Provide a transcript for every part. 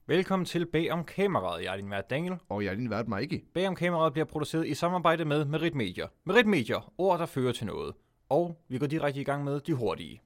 Velkommen til Bag om kameraet. Jeg er din vært Daniel. Og jeg er din vært Mikey. Bag om kameraet bliver produceret i samarbejde med Merit Media. Merit Media, ord der fører til noget. Og vi går direkte i gang med de hurtige.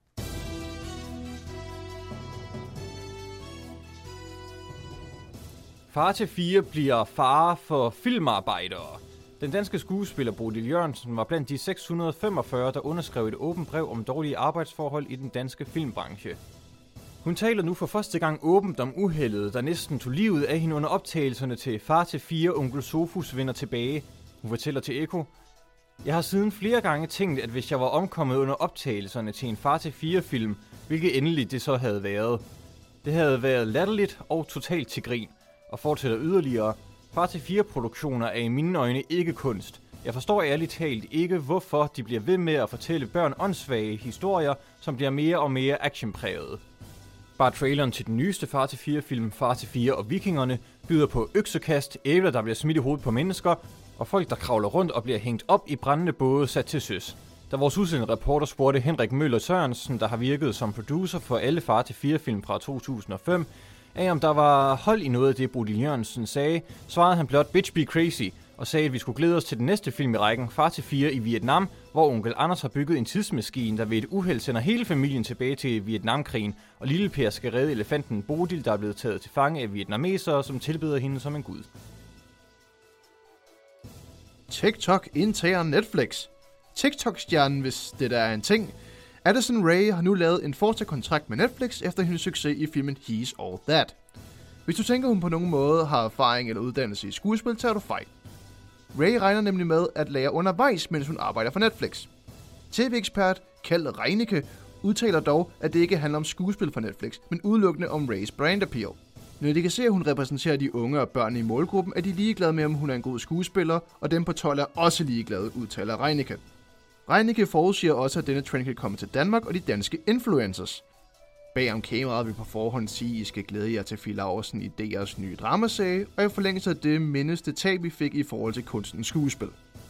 Far til 4 bliver far for filmarbejdere. Den danske skuespiller Bodil Jørgensen var blandt de 645, der underskrev et åbent brev om dårlige arbejdsforhold i den danske filmbranche. Hun taler nu for første gang åbent om uheldet, der næsten tog livet af hende under optagelserne til Far til 4, Onkel Sofus vender tilbage. Hun fortæller til Ekko: Jeg har siden flere gange tænkt, at hvis jeg var omkommet under optagelserne til en Far til 4-film, hvilket endelig det så havde været. Det havde været latterligt og totalt til grin. Og fortsætter yderligere: Far til 4-produktioner er i mine øjne ikke kunst. Jeg forstår ærligt talt ikke, hvorfor de bliver ved med at fortælle børn åndssvage historier, som bliver mere og mere actionprægede. Bare traileren til den nyeste Far til 4-film, Far til 4 og Vikingerne, byder på øksekast, æbler, der bliver smidt i hovedet på mennesker, og folk, der kravler rundt og bliver hængt op i brændende både sat til søs. Da vores udsendte reporter spurgte Henrik Møller Sørensen, der har virket som producer for alle Far til 4-film fra 2005, af om der var hold i noget af det, Bodil Jørgensen sagde, svarede han blot "Bitch be crazy", og sagde, at vi skulle glæde os til den næste film i rækken, Far til 4 i Vietnam, hvor onkel Anders har bygget en tidsmaskine, der ved et uheld sender hele familien tilbage til Vietnamkrigen, og lille Per skal redde elefanten Bodil, der er blevet taget til fange af vietnamesere, som tilbeder hende som en gud. TikTok indtager Netflix. TikTok-stjernen, hvis det der er en ting. Addison Rae har nu lavet en fortsat-kontrakt med Netflix efter hendes succes i filmen He's All That. Hvis du tænker, hun på nogen måde har erfaring eller uddannelse i skuespil, tager du fejl. Rae regner nemlig med at lære undervejs, mens hun arbejder for Netflix. TV-ekspert Kjeld Reinicke udtaler dog, at det ikke handler om skuespil for Netflix, men udelukkende om Raes brand appeal. Når de kan se, at hun repræsenterer de unge og børn i målgruppen, er de ligeglade med, om hun er en god skuespiller, og dem på 12 er også ligeglade, udtaler Reinicke. Reinicke forudsiger også, at denne trend kan komme til Danmark og de danske influencers. Bag om kameraet vil på forhånd sige, at I skal glæde jer til Fie Laursen i DR's nye dramaserie, og i forlængelse af det mindes det tab, vi fik i forhold til kunstens skuespil.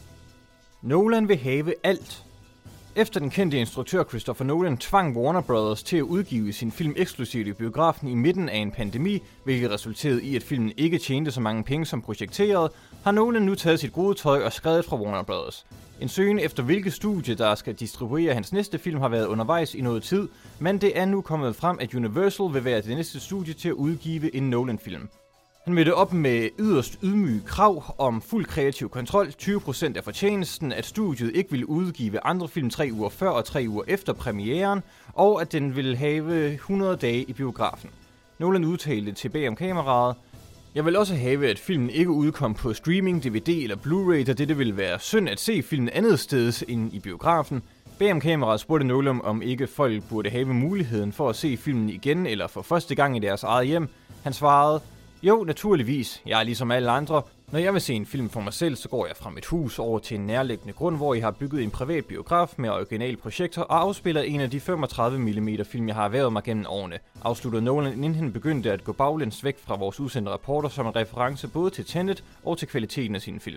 Nolan vil have alt. Efter den kendte instruktør Christopher Nolan tvang Warner Bros. Til at udgive sin film eksklusivt i biografen i midten af en pandemi, hvilket resulterede i, at filmen ikke tjente så mange penge som projekteret, har Nolan nu taget sit gode tøj og skredet fra Warner Bros. En søgen efter hvilket studie, der skal distribuere hans næste film, har været undervejs i noget tid, men det er nu kommet frem, at Universal vil være det næste studie til at udgive en Nolan-film. Han mødte op med yderst ydmyge krav om fuld kreativ kontrol, 20% af fortjenesten, at studiet ikke ville udgive andre film 3 uger før og 3 uger efter premieren, og at den ville have 100 dage i biografen. Nolan udtalte til Bag om kameraet: Jeg vil også have, at filmen ikke udkom på streaming, DVD eller Blu-ray, da det ville være synd at se filmen andet sted end i biografen. Bag om kameraet spurgte Nolan, om ikke folk burde have muligheden for at se filmen igen eller for første gang i deres eget hjem. Han svarede: Jo, naturligvis. Jeg er ligesom alle andre. Når jeg vil se en film for mig selv, så går jeg fra mit hus over til en nærliggende grund, hvor jeg har bygget en privat biograf med original projekter og afspiller en af de 35 mm film, jeg har erhvervet mig gennem årene, afsluttede Nolan, inden han begyndte at gå baglæns væk fra vores udsendte rapporter som en reference både til Tenet og til kvaliteten af sine film.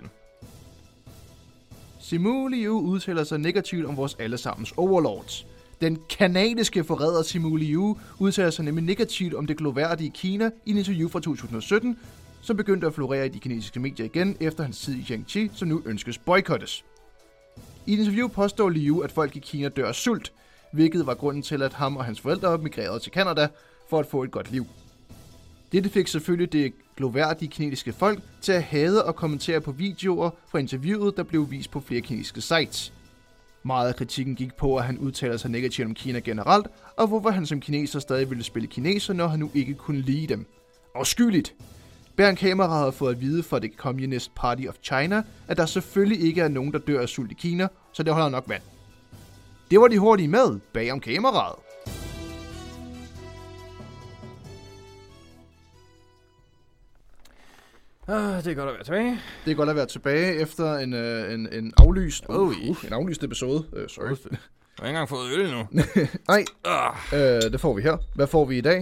Simu Liu udtaler sig negativt om vores allesammens overlords. Den kanadiske forræder Simu Liu udtaler sig nemlig negativt om det gloværdige Kina i en interview fra 2017, som begyndte at florere i de kinesiske medier igen efter hans tid i Jiangxi, som nu ønskes boykottes. I et interview påstår Liu, at folk i Kina dør af sult, hvilket var grunden til, at ham og hans forældre migrerede til Canada for at få et godt liv. Dette fik selvfølgelig det gloværdige kinesiske folk til at hade og kommentere på videoer fra interviewet, der blev vist på flere kinesiske sites. Meget af kritikken gik på, at han udtaler sig negativt om Kina generelt, og hvorfor han som kineser stadig ville spille kineser, når han nu ikke kunne lide dem. Afskyeligt! Bag om kameraet har fået at vide fra det Communist Party of China, at der selvfølgelig ikke er nogen, der dør af sult i Kina, så det holder nok vand. Det var de hurtige med Bag om kameraet. Det er godt at være tilbage. Det er godt at være tilbage efter en aflyst, en aflyst episode. Sorry. Jeg har ikke engang fået øl nu. Nej, det får vi her. Hvad får vi i dag?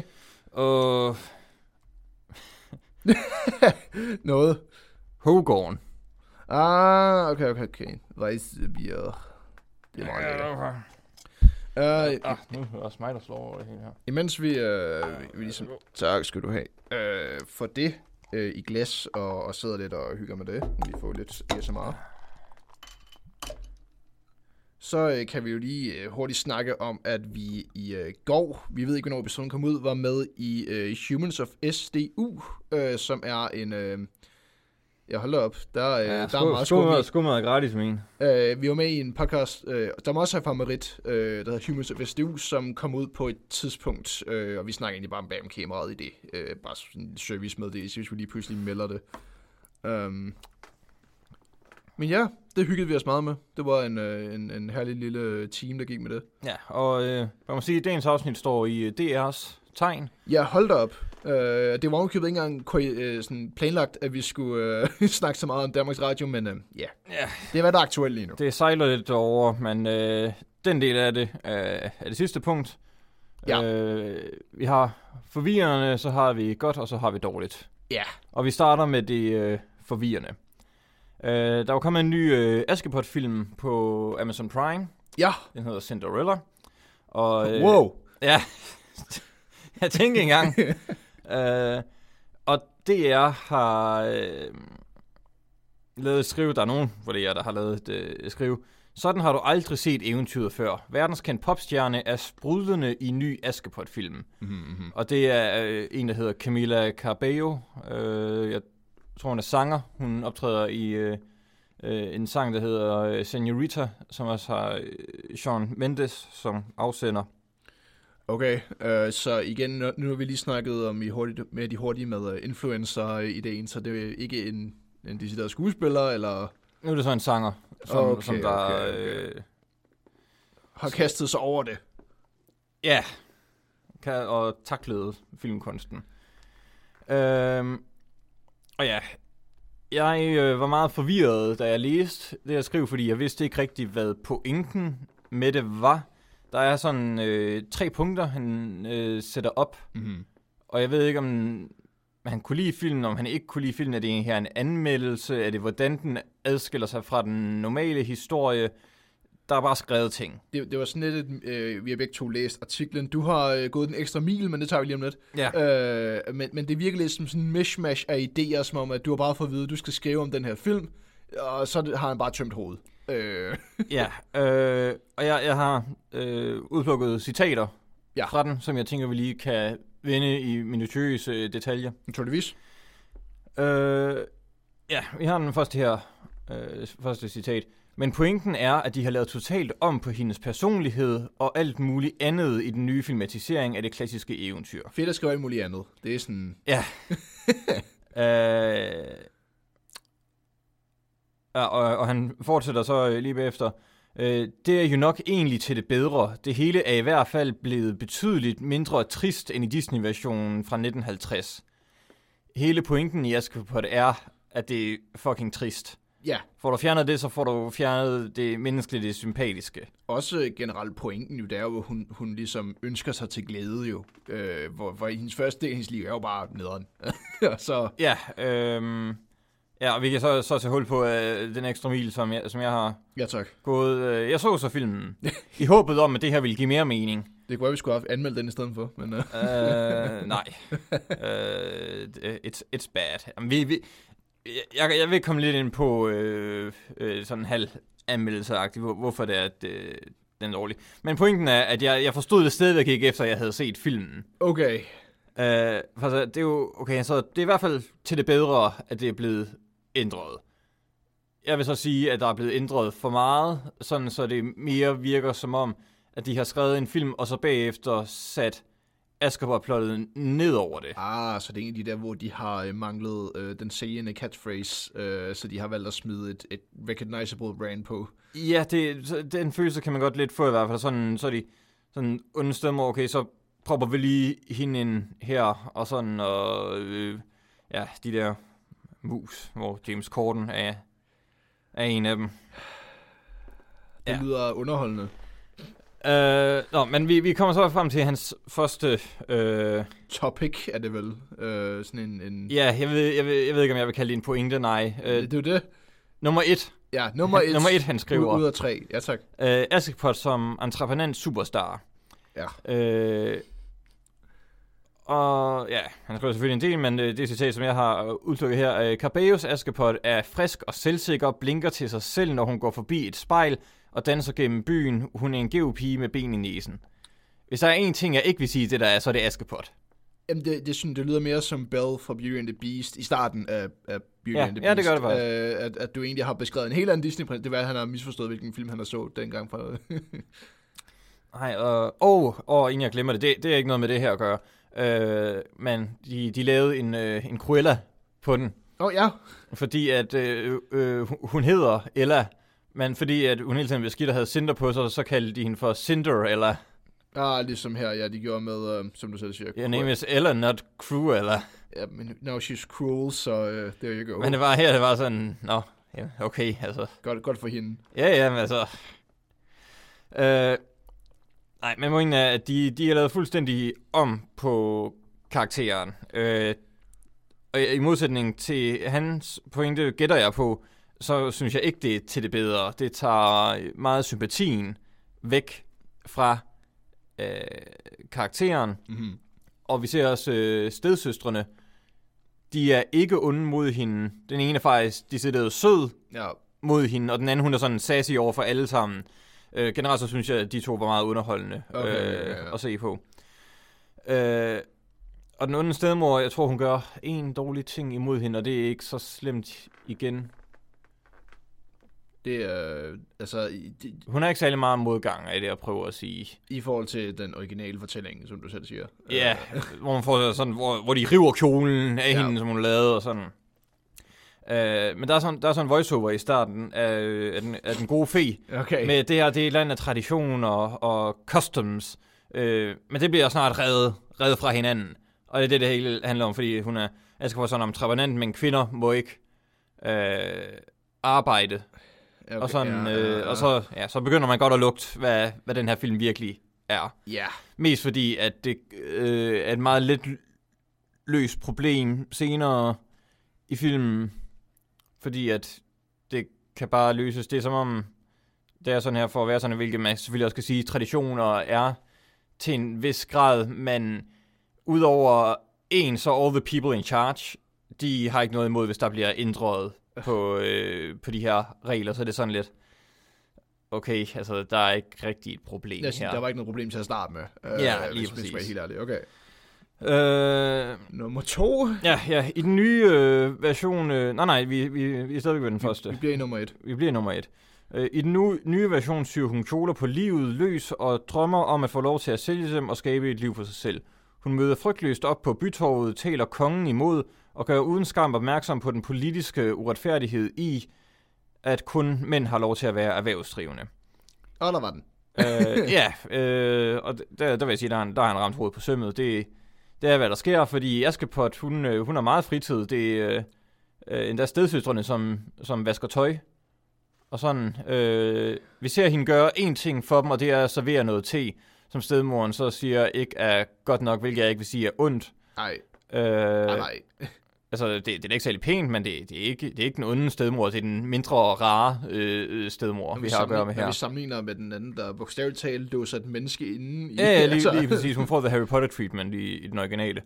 Noget. Hogården. Okay. Weissbier. Det er meget Nu er det også mig, der slår over det hele her. Imens vi ligesom... Tak skal du have. For det i glas og sidder lidt og hygger med det. Vi får lidt ASMR. Så kan vi jo lige hurtigt snakke om, at vi i går, vi ved ikke, hvornår episoden kom ud, var med i Humans of SDU, som er en... Jeg holder op. Der er meget skummet gratis, men. Vi var med i en podcast, der må også have favorit, der hedder Humans of SDU, som kom ud på et tidspunkt, og vi snakker egentlig bare bag om kameraet i det. Bare sådan en service med det, hvis vi lige pludselig melder det. Men ja, det hyggede vi os meget med. Det var en herlig lille team, der gik med det. Ja, og man må sige, at dagens afsnit står i DR's tegn. Ja, hold da op. Det var ikke engang sådan planlagt, at vi skulle snakke så meget om Danmarks Radio, men ja, det er hvad der er aktuelt lige nu. Det sejler lidt over, men den del af det er det sidste punkt. Ja. Vi har forvirrende, så har vi godt, og så har vi dårligt. Ja. Og vi starter med det forvirrende. Der var kommet en ny Askepot-film på Amazon Prime. Ja. Den hedder Cinderella. Og, wow. Ja, jeg tænkte engang. Og DR har lavet et skrive. Der er nogen hvor det er, der har lavet et skrive. Sådan har du aldrig set eventyret før. Verdenskendt popstjerne er sprudlende i ny Askepot-film. Mm-hmm. Og det er en, der hedder Camila Cabello. Jeg tror, hun er sanger. Hun optræder i en sang, der hedder Señorita, som også har Shawn Mendes som afsender. Okay, så igen, nu har vi lige snakket om med de hurtige med influencer-ideen, så det er ikke en decideret skuespiller, eller... Nu er det så en sanger, som der... har kastet sig over det. Ja, og taklede filmkunsten. Og ja, jeg var meget forvirret, da jeg læste det, jeg skrev, fordi jeg vidste ikke rigtig, hvad pointen med det var. Der er sådan 3 punkter, han sætter op, og jeg ved ikke, om han kunne lide filmen, om han ikke kunne lide filmen. Er det her en anmeldelse? Er det, hvordan den adskiller sig fra den normale historie? Der er bare skrevet ting. Det var sådan lidt, vi har begge to læst artiklen. Du har gået den ekstra mil, men det tager vi lige om lidt. Ja. Men det virker lidt som sådan en mishmash af idéer, som om, at du har bare fået at vide, at du skal skrive om den her film, og så har han bare tømt hovedet. Ja, og jeg har udplukket citater fra den, som jeg tænker, vi lige kan vende i minutiøse detaljer. Naturligvis. Ja, vi har den første her, første citat. Men pointen er, at de har lavet totalt om på hendes personlighed og alt muligt andet i den nye filmatisering af det klassiske eventyr. Fedt at skrive alt muligt andet. Det er sådan... Ja. Og han fortsætter så lige bagefter. Det er jo nok egentlig til det bedre. Det hele er i hvert fald blevet betydeligt mindre trist end i Disney-versionen fra 1950. Hele pointen i Askepot er, at det er fucking trist. Ja. Får du fjernet det, så får du fjernet det menneskelige, det sympatiske. Også generelt pointen jo, der er jo, hvor hun ligesom ønsker sig til glæde jo. Hvor i hendes første del af hendes liv er jo bare nederen. Så... Ja, ja, og vi kan så tage hul på den ekstra mil, som jeg har gået. Jeg så filmen i håbet om, at det her ville give mere mening. Det kunne være, vi skulle have anmeldt den i stedet for. Men, nej. It's bad. Jamen, jeg vil komme lidt ind på sådan en halv anmeldelse-agtigt, hvorfor det er, at den er dårlig. Men pointen er, at jeg forstod det stadigvæk ikke, efter jeg havde set filmen. Okay. For det er jo, okay, så det er i hvert fald til det bedre, at det er blevet ændret. Jeg vil så sige, at der er blevet ændret for meget, sådan så det mere virker som om, at de har skrevet en film, og så bagefter sat Askepot-plottet ned over det. Så det er en af de der, hvor de har manglet den sælgende catchphrase, så de har valgt at smide et recognizable brand på. Ja, den følelse kan man godt lidt få i hvert fald. Så er de sådan undstemmer, okay, så propper vi lige hende ind her, og sådan, og de der mus, hvor James Corden er en af dem. Det lyder underholdende. Men vi kommer så frem til hans første... topic er det vel? Sådan en... Ja, jeg ved ikke, om jeg vil kalde det en pointe, nej. Det er jo det. Nummer 1. Ja, nummer 1. Nummer 1, han skriver. Ud af 3, ja tak. Askepot som entreprenant superstar. Ja. Og ja, han skriver selvfølgelig en del, men det citat, som jeg har udtrykket her. Carbeus Askepot er frisk og selvsikker, blinker til sig selv, når hun går forbi et spejl og danser gennem byen. Hun er en geopige med ben i næsen. Hvis der er en ting, jeg ikke vil sige det der er, så er det Askepot. Jamen, det lyder mere som Belle fra Beauty and the Beast i starten af Beauty and the Beast. Ja, det gør det faktisk. At du egentlig har beskrevet en helt anden Disney-prins. Det var, at han har misforstået, hvilken film han har så dengang. Nej, og inden jeg glemmer det, det er ikke noget med det her at gøre. Men de lavede en Cruella på den. Ja. Fordi at hun hedder Ella, men fordi at hun hele tiden blev skidt og havde Cinder på sig, så kaldte de hende for Cinderella. Ligesom her, ja, de gjorde med, som du selv siger. Your name is Ella, not Cruella. Ja, men now she's cruel, så there you go. Men det var sådan, okay, altså. Godt for hende. Ja, men altså. Nej, men pointen er, at de er lavet fuldstændig om på karakteren. Og i modsætning til hans pointe, gætter jeg på, så synes jeg ikke, det er til det bedre. Det tager meget sympatien væk fra karakteren. Mm-hmm. Og vi ser også stedsøstrene. De er ikke onde mod hende. Den ene er faktisk decideret sød mod hende, og den anden, hun er sådan sassy over for alle sammen. Generelt så synes jeg, at de to var meget underholdende at se på. Og den onde stedmor, jeg tror, hun gør en dårlig ting imod hende, og det er ikke så slemt igen. Det er, hun er ikke særlig meget modgang af det, jeg prøver at sige. I forhold til den originale fortælling, som du selv siger. Ja, hvor man får sådan, hvor de river kjolen af hende, som hun lavede, og sådan. Men der er sådan en voiceover i starten af den gode fe. Okay. Med det her, det er et eller andet tradition og customs. Men det bliver snart revet fra hinanden. Og det er det hele handler om, fordi hun er Askepot sådan entreprenant, men kvinder må ikke arbejde. Okay, og sådan, og så begynder man godt at lugte, hvad den her film virkelig er. Ja. Mest fordi, at det er et meget let løst problem senere i filmen. Fordi at det kan bare løses. Det er som om, det er sådan her for at være sådan, hvilket man selvfølgelig også skal sige, traditioner er til en vis grad, men udover så all the people in charge, de har ikke noget imod, hvis der bliver ændret på de her regler, så det er sådan lidt, okay, altså der er ikke rigtig et problem her. Der var ikke noget problem til at starte med. Ja, lige præcis. Hvis helt ærligt, okay. Nummer 2. Ja, i den nye version, vi er stadigvæk ved den første. Vi bliver i nummer 1. Vi bliver i nummer 1. I den nye version syr hun kjoler på livet løs og drømmer om at få lov til at sælge dem og skabe et liv for sig selv. Hun møder frygtløst op på bytorvet, taler kongen imod og gør uden skam opmærksom på den politiske uretfærdighed i, at kun mænd har lov til at være erhvervsdrivende. Og der var den. Og der vil jeg sige, der har han ramt hovedet på sømmet. Det er, hvad der sker, fordi Askepot, hun har meget fritid. Det er endda stedsøstrene, som vasker tøj. Og sådan, vi ser hende gøre én ting for dem, og det er at servere noget te, som stedmoren så siger ikke er godt nok, hvilket jeg ikke vil sige er ondt. Nej. Nej. Altså, det er ikke særlig pænt, men det er ikke den onde stedmor, det er den mindre rare stedmor, vi har at gøre med her. Når vi sammenligner med den anden, der bogstaveligt talt dåser et menneske inde i... Ja, lige præcis. Hun får the Harry Potter treatment i den originale.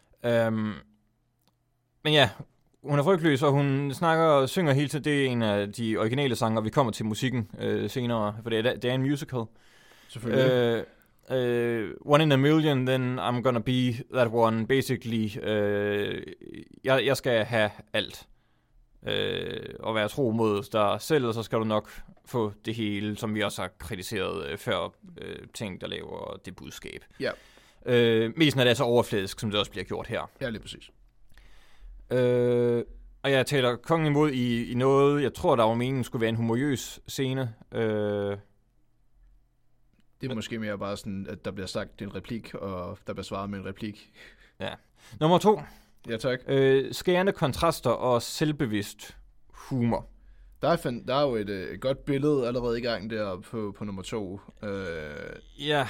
Men ja, hun er frygtløs, og hun snakker og synger hele tiden. Det er en af de originale sanger, vi kommer til musikken senere, for det er en musical. Selvfølgelig. One in a million, then I'm gonna be that one. Basically, jeg skal have alt. Og være tro mod dig selv, og så skal du nok få det hele, som vi også har kritiseret før, ting, der laver det budskab. Ja. Mest når det er så overfladisk, som det også bliver gjort her. Ja, lige præcis. Og jeg taler kongen imod i noget, jeg tror, der var meningen skulle være en humorøs scene. Det er måske mere bare sådan, at der bliver sagt en replik, og der bliver svaret med en replik. Ja. Nummer 2. Ja, tak. Skærende kontraster og selvbevidst humor. Der er jo et godt billede allerede i gang der på nummer 2. Ja,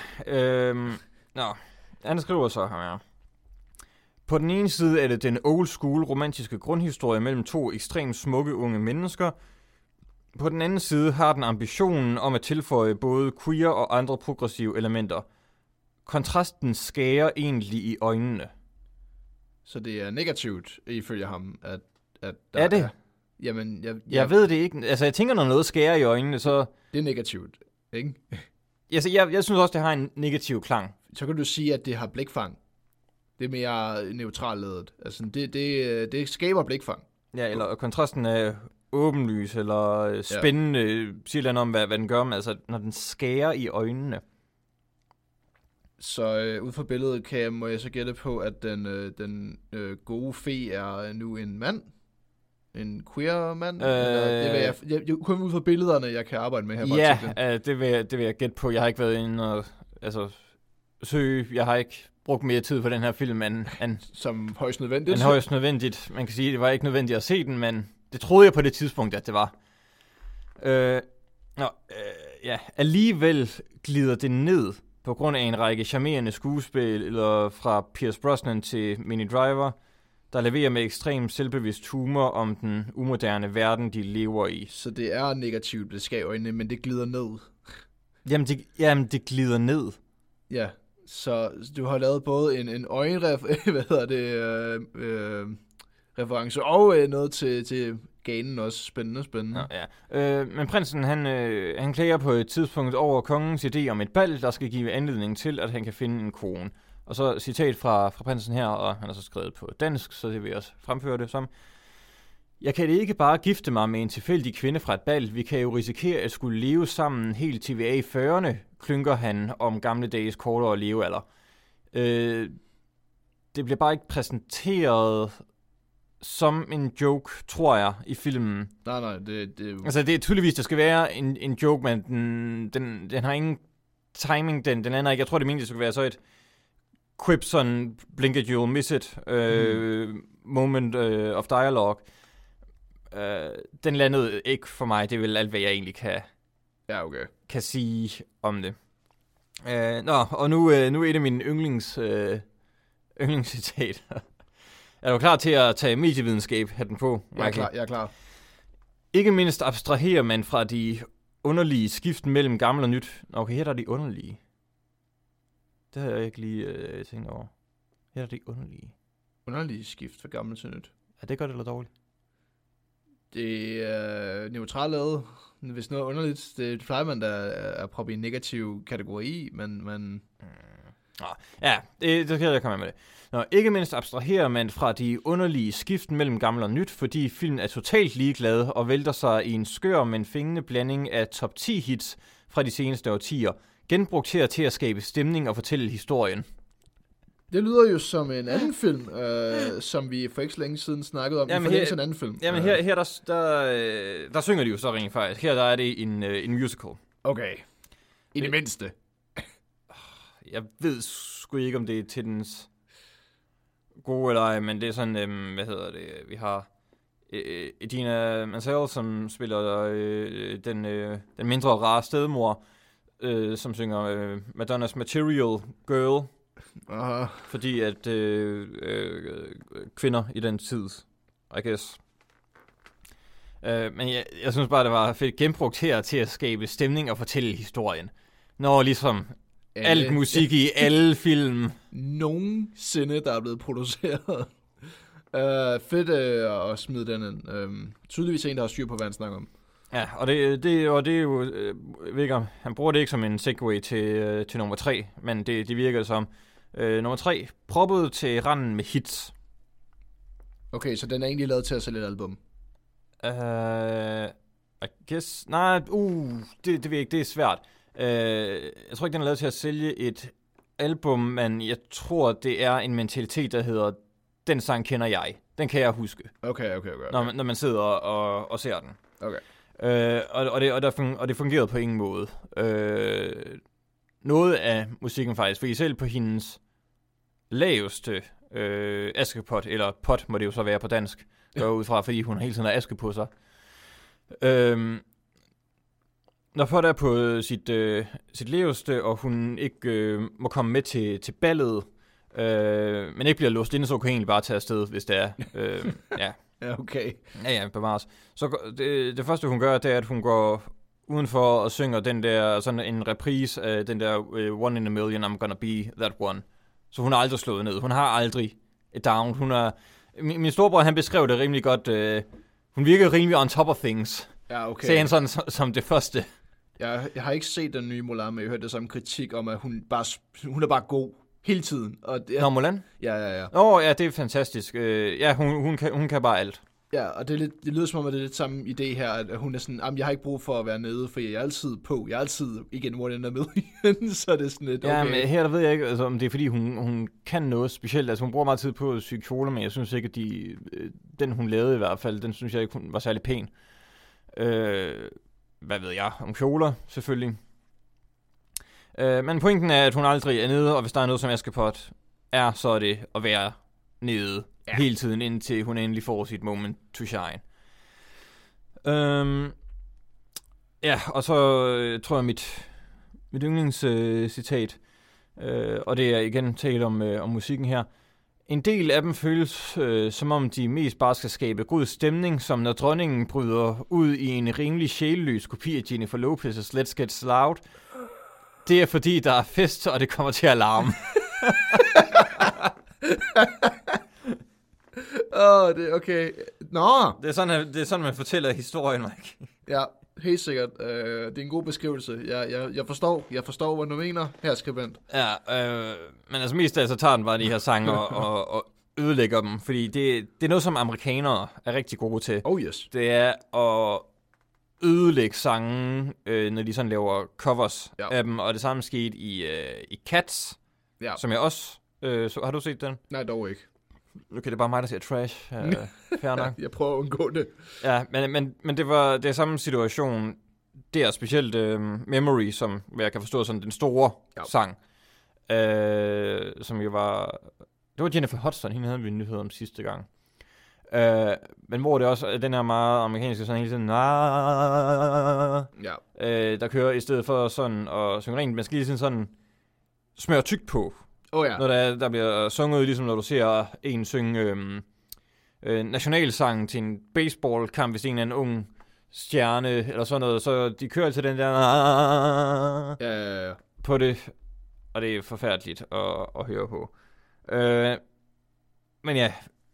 han skriver så her. På den ene side er det den old school romantiske grundhistorie mellem to ekstremt smukke unge mennesker. på den anden side har den ambitionen om at tilføje både queer og andre progressive elementer. Kontrasten skærer egentlig i øjnene. Så det er negativt, ifølge ham, at der er det? Jamen, jeg ved det ikke. Altså, jeg tænker, når noget skærer i øjnene, så... Det er negativt, ikke? Altså, jeg synes også, det har en negativ klang. Så kan du sige, at det har blikfang. Det er mere neutralt. Altså, det skaber blikfang. Ja, eller kontrasten er åbenlys, eller spændende, siger noget om, hvad den gør, men altså, når den skærer i øjnene. Så ud fra billedet må jeg så gætte på, at den gode fe er nu en mand? En queer mand? Det vil jeg kun ud fra billederne, jeg kan arbejde med her på artiklen. Ja, det vil jeg gætte på. Jeg har ikke været inde og søge. Jeg har ikke brugt mere tid på den her film, som højst nødvendigt. End højst nødvendigt. Man kan sige, at det var ikke nødvendigt at se den, men det troede jeg på det tidspunkt, at det var. Alligevel glider det ned på grund af en række charmerende skuespillere fra Pierce Brosnan til Minnie Driver, der leverer med ekstrem selvbevidst humor om den umoderne verden, de lever i. Så det er negativt, det skærer øjnene, men det glider ned. Jamen, det glider ned. Ja, så du har lavet både en reference og noget til ganen også. Spændende. Nå, ja. Men prinsen, han klager på et tidspunkt over kongens idé om et bal, der skal give anledning til, at han kan finde en kone. Og så citat fra prinsen her, og han har så skrevet på dansk, så det vil jeg også fremføre det som: Jeg kan ikke bare gifte mig med en tilfældig kvinde fra et bal. Vi kan jo risikere at skulle leve sammen helt til vi er i 40'erne, klynker han om gamle dages kortere levealder. Det bliver bare ikke præsenteret som en joke, tror jeg, i filmen. Nej, det... Altså, det er tydeligvis, der skal være en joke, men den har ingen timing, den lander ikke. Jeg tror, det mente, det skulle være så et quip, sådan, blink it, you'll miss it, moment of dialogue. Den landede ikke for mig. Det er vel alt, hvad jeg egentlig kan sige om det. Og nu er et af mine yndlingscitat. Er du klar til at tage medievidenskab hatten på, Michael? Jeg er klar. Ikke mindst abstraherer man fra de underlige skift mellem gammel og nyt. Okay, her er de underlige. Det har jeg ikke lige tænkt over. Her er de underlige. Underlige skift fra gammel til nyt. Er det godt eller dårligt? Det er neutralt lavet. Hvis noget er underligt, det plejer man da at proppe i en negativ kategori, men... Ja, det kan jeg komme med det. Ikke mindst abstraherer man fra de underlige skift mellem gammel og nyt, fordi filmen er totalt ligeglad og vælter sig i en skør, men fængende blanding af top 10 hits fra de seneste årtier, genbrugt til at skabe stemning og fortælle historien. Det lyder jo som en anden film, som vi for ikke så længe siden snakkede om. Jamen, en anden film. Jamen her der synger de jo så rent faktisk. Her der er det en musical. Okay. I det mindste. Jeg ved sgu ikke, om det er til dens gode eller ej, men det er sådan, vi har Idina Menzel, som spiller den mindre rare stedmor, som synger Madonnas Material Girl. Aha. Fordi at kvinder i den tid, I guess. Men jeg synes bare, det var fedt genbrugt her til at skabe stemning og fortælle historien. Når ligesom alt musik i alle film nogensinde, der er blevet produceret. Fedt at smide den ind. Tydeligvis en, der har styr på, hvad han snakker om. Ja, og det er jo, virker, han bruger det ikke som en segue til nummer 3, men det virker som nummer 3, proppet til randen med hits. Okay, så den er egentlig lavet til at sælge et album? I guess, nej, det ved jeg ikke, det er svært. Jeg tror ikke, den er lavet til at sælge et album, men jeg tror, det er en mentalitet, der hedder, den sang kender jeg. Den kan jeg huske. Okay. Når man sidder og ser den. Okay. Og det fungerede på ingen måde. Noget af musikken faktisk, fordi selv på hendes laveste askepot, eller pot må det jo så være på dansk, går ud fra, fordi hun hele tiden har aske på sig. Når pot er på sit laveste, og hun ikke må komme med til ballet, men ikke bliver låst inde, så kan hun egentlig bare tage afsted, hvis det er. Ja. Ja, okay. Ja, bevares. Så det første, hun gør, det er, at hun går udenfor og synger den der, sådan en reprise af den der One in a Million, I'm Gonna Be That One. Så hun har aldrig slået ned. Hun har aldrig et down. Hun er... Min storebror, han beskrev det rimelig godt. Hun virker rimelig on top of things. Ja, okay. Sagde han sådan som det første. Jeg har ikke set den nye Mulan, men jeg hørte det samme kritik om, at hun er bare god hele tiden. Og Nå, Mulan? Ja. Ja, det er fantastisk. Ja, hun kan bare alt. Ja, og det lyder som om, at det er lidt samme idé her, at hun er sådan, jeg har ikke brug for at være nede, for jeg er altid på. Jeg er altid igen one in a million, så det er sådan lidt, okay. Ja, men her der ved jeg ikke, altså, om det er fordi, hun kan noget specielt. Altså, hun bruger meget tid på at sy kjoler, men jeg synes ikke, at den hun lavede i hvert fald, den synes jeg ikke, hun var særlig pæn. Hvad ved jeg? Om kjoler, selvfølgelig. Men pointen er, at hun aldrig er nede, og hvis der er noget, som Askepot er, så er det at være nede hele tiden, indtil hun endelig får sit moment to shine. Ja, og så tror jeg mit yndlingscitat, og det er igen tale om musikken her. En del af dem føles som om de mest bare skal skabe god stemning, som når dronningen bryder ud i en rimelig sjælløs kopi af Jennifer Lopez's Let's Get Loud. Det er fordi, der er fest, og det kommer til at larme. Det er okay. Nå! Det er sådan, man fortæller historien, Mike. Ja, helt sikkert. Det er en god beskrivelse. Jeg forstår, hvad du mener her, skribent. Ja, men altså mest af så tager den bare de her sange og ødelægger dem, fordi det er noget, som amerikanere er rigtig gode til. Oh yes. Det er at ødelægge sange, når de sådan laver covers af dem, og det samme skete i Cats, som jeg også... så, har du set den? Nej, dog ikke. Nu kan det bare mig, der siger trash. Fair nok. Jeg prøver at undgå det. Ja, men det var samme situation der, specielt Memory, som jeg kan forstå sådan den store sang, som jo var... Det var Jennifer Hudson, hende havde vi nyhed om sidste gang. Men hvor det også den her meget amerikanske sådan hele tiden der kører i stedet for sådan og synge rent, man skal lige sådan smøre tykt på. Når der bliver sunget, ligesom når du ser en synge nationalsangen til en baseballkamp, hvis en er en ung stjerne eller sådan noget, så de kører til den der på det, og det er forfærdeligt at høre på. Men ja,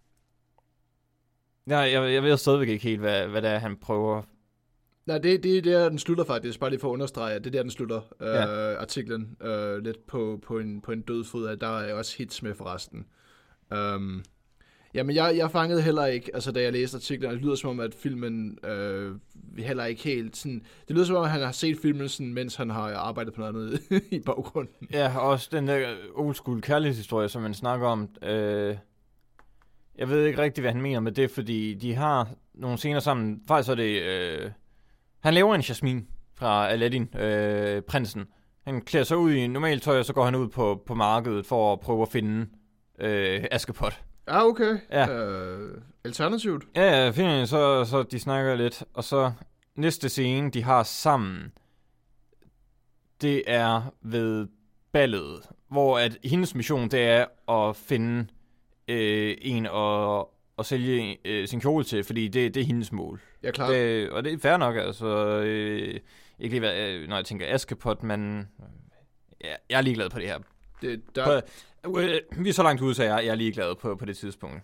jeg ved stadigvæk ikke helt, hvad det er, han prøver. Nej, det er der, den slutter faktisk. Bare lige for at understrege, det er der, den slutter artiklen. Lidt på en død fod. Der er også hits med forresten. Jamen, jeg fangede heller ikke, altså da jeg læste artiklen, det lyder som om, at filmen heller ikke helt sådan... Det lyder som om, at han har set filmen, sådan, mens han har arbejdet på noget andet i baggrunden. Ja, også den der old school kærlighedshistorie, som man snakker om. Jeg ved ikke rigtig, hvad han mener med det, fordi de har nogle scener sammen. Faktisk er det... Han laver en Jasmine fra Aladdin, prinsen. Han klæder sig ud i normalt tøj, og så går han ud på markedet for at prøve at finde Askepot. Ja, okay. Ja. Alternativt. Ja, fint. Så de snakker lidt. Og så næste scene, de har sammen, det er ved ballet, hvor at hendes mission, det er at finde en og sælge sin kjole til, fordi det er hendes mål. Ja, klart. Og det er fair nok, altså. Ikke lige, når jeg tænker Askepot, men jeg er ligeglad på det her. Vi er så langt ude, så jeg er ligeglad på det tidspunkt.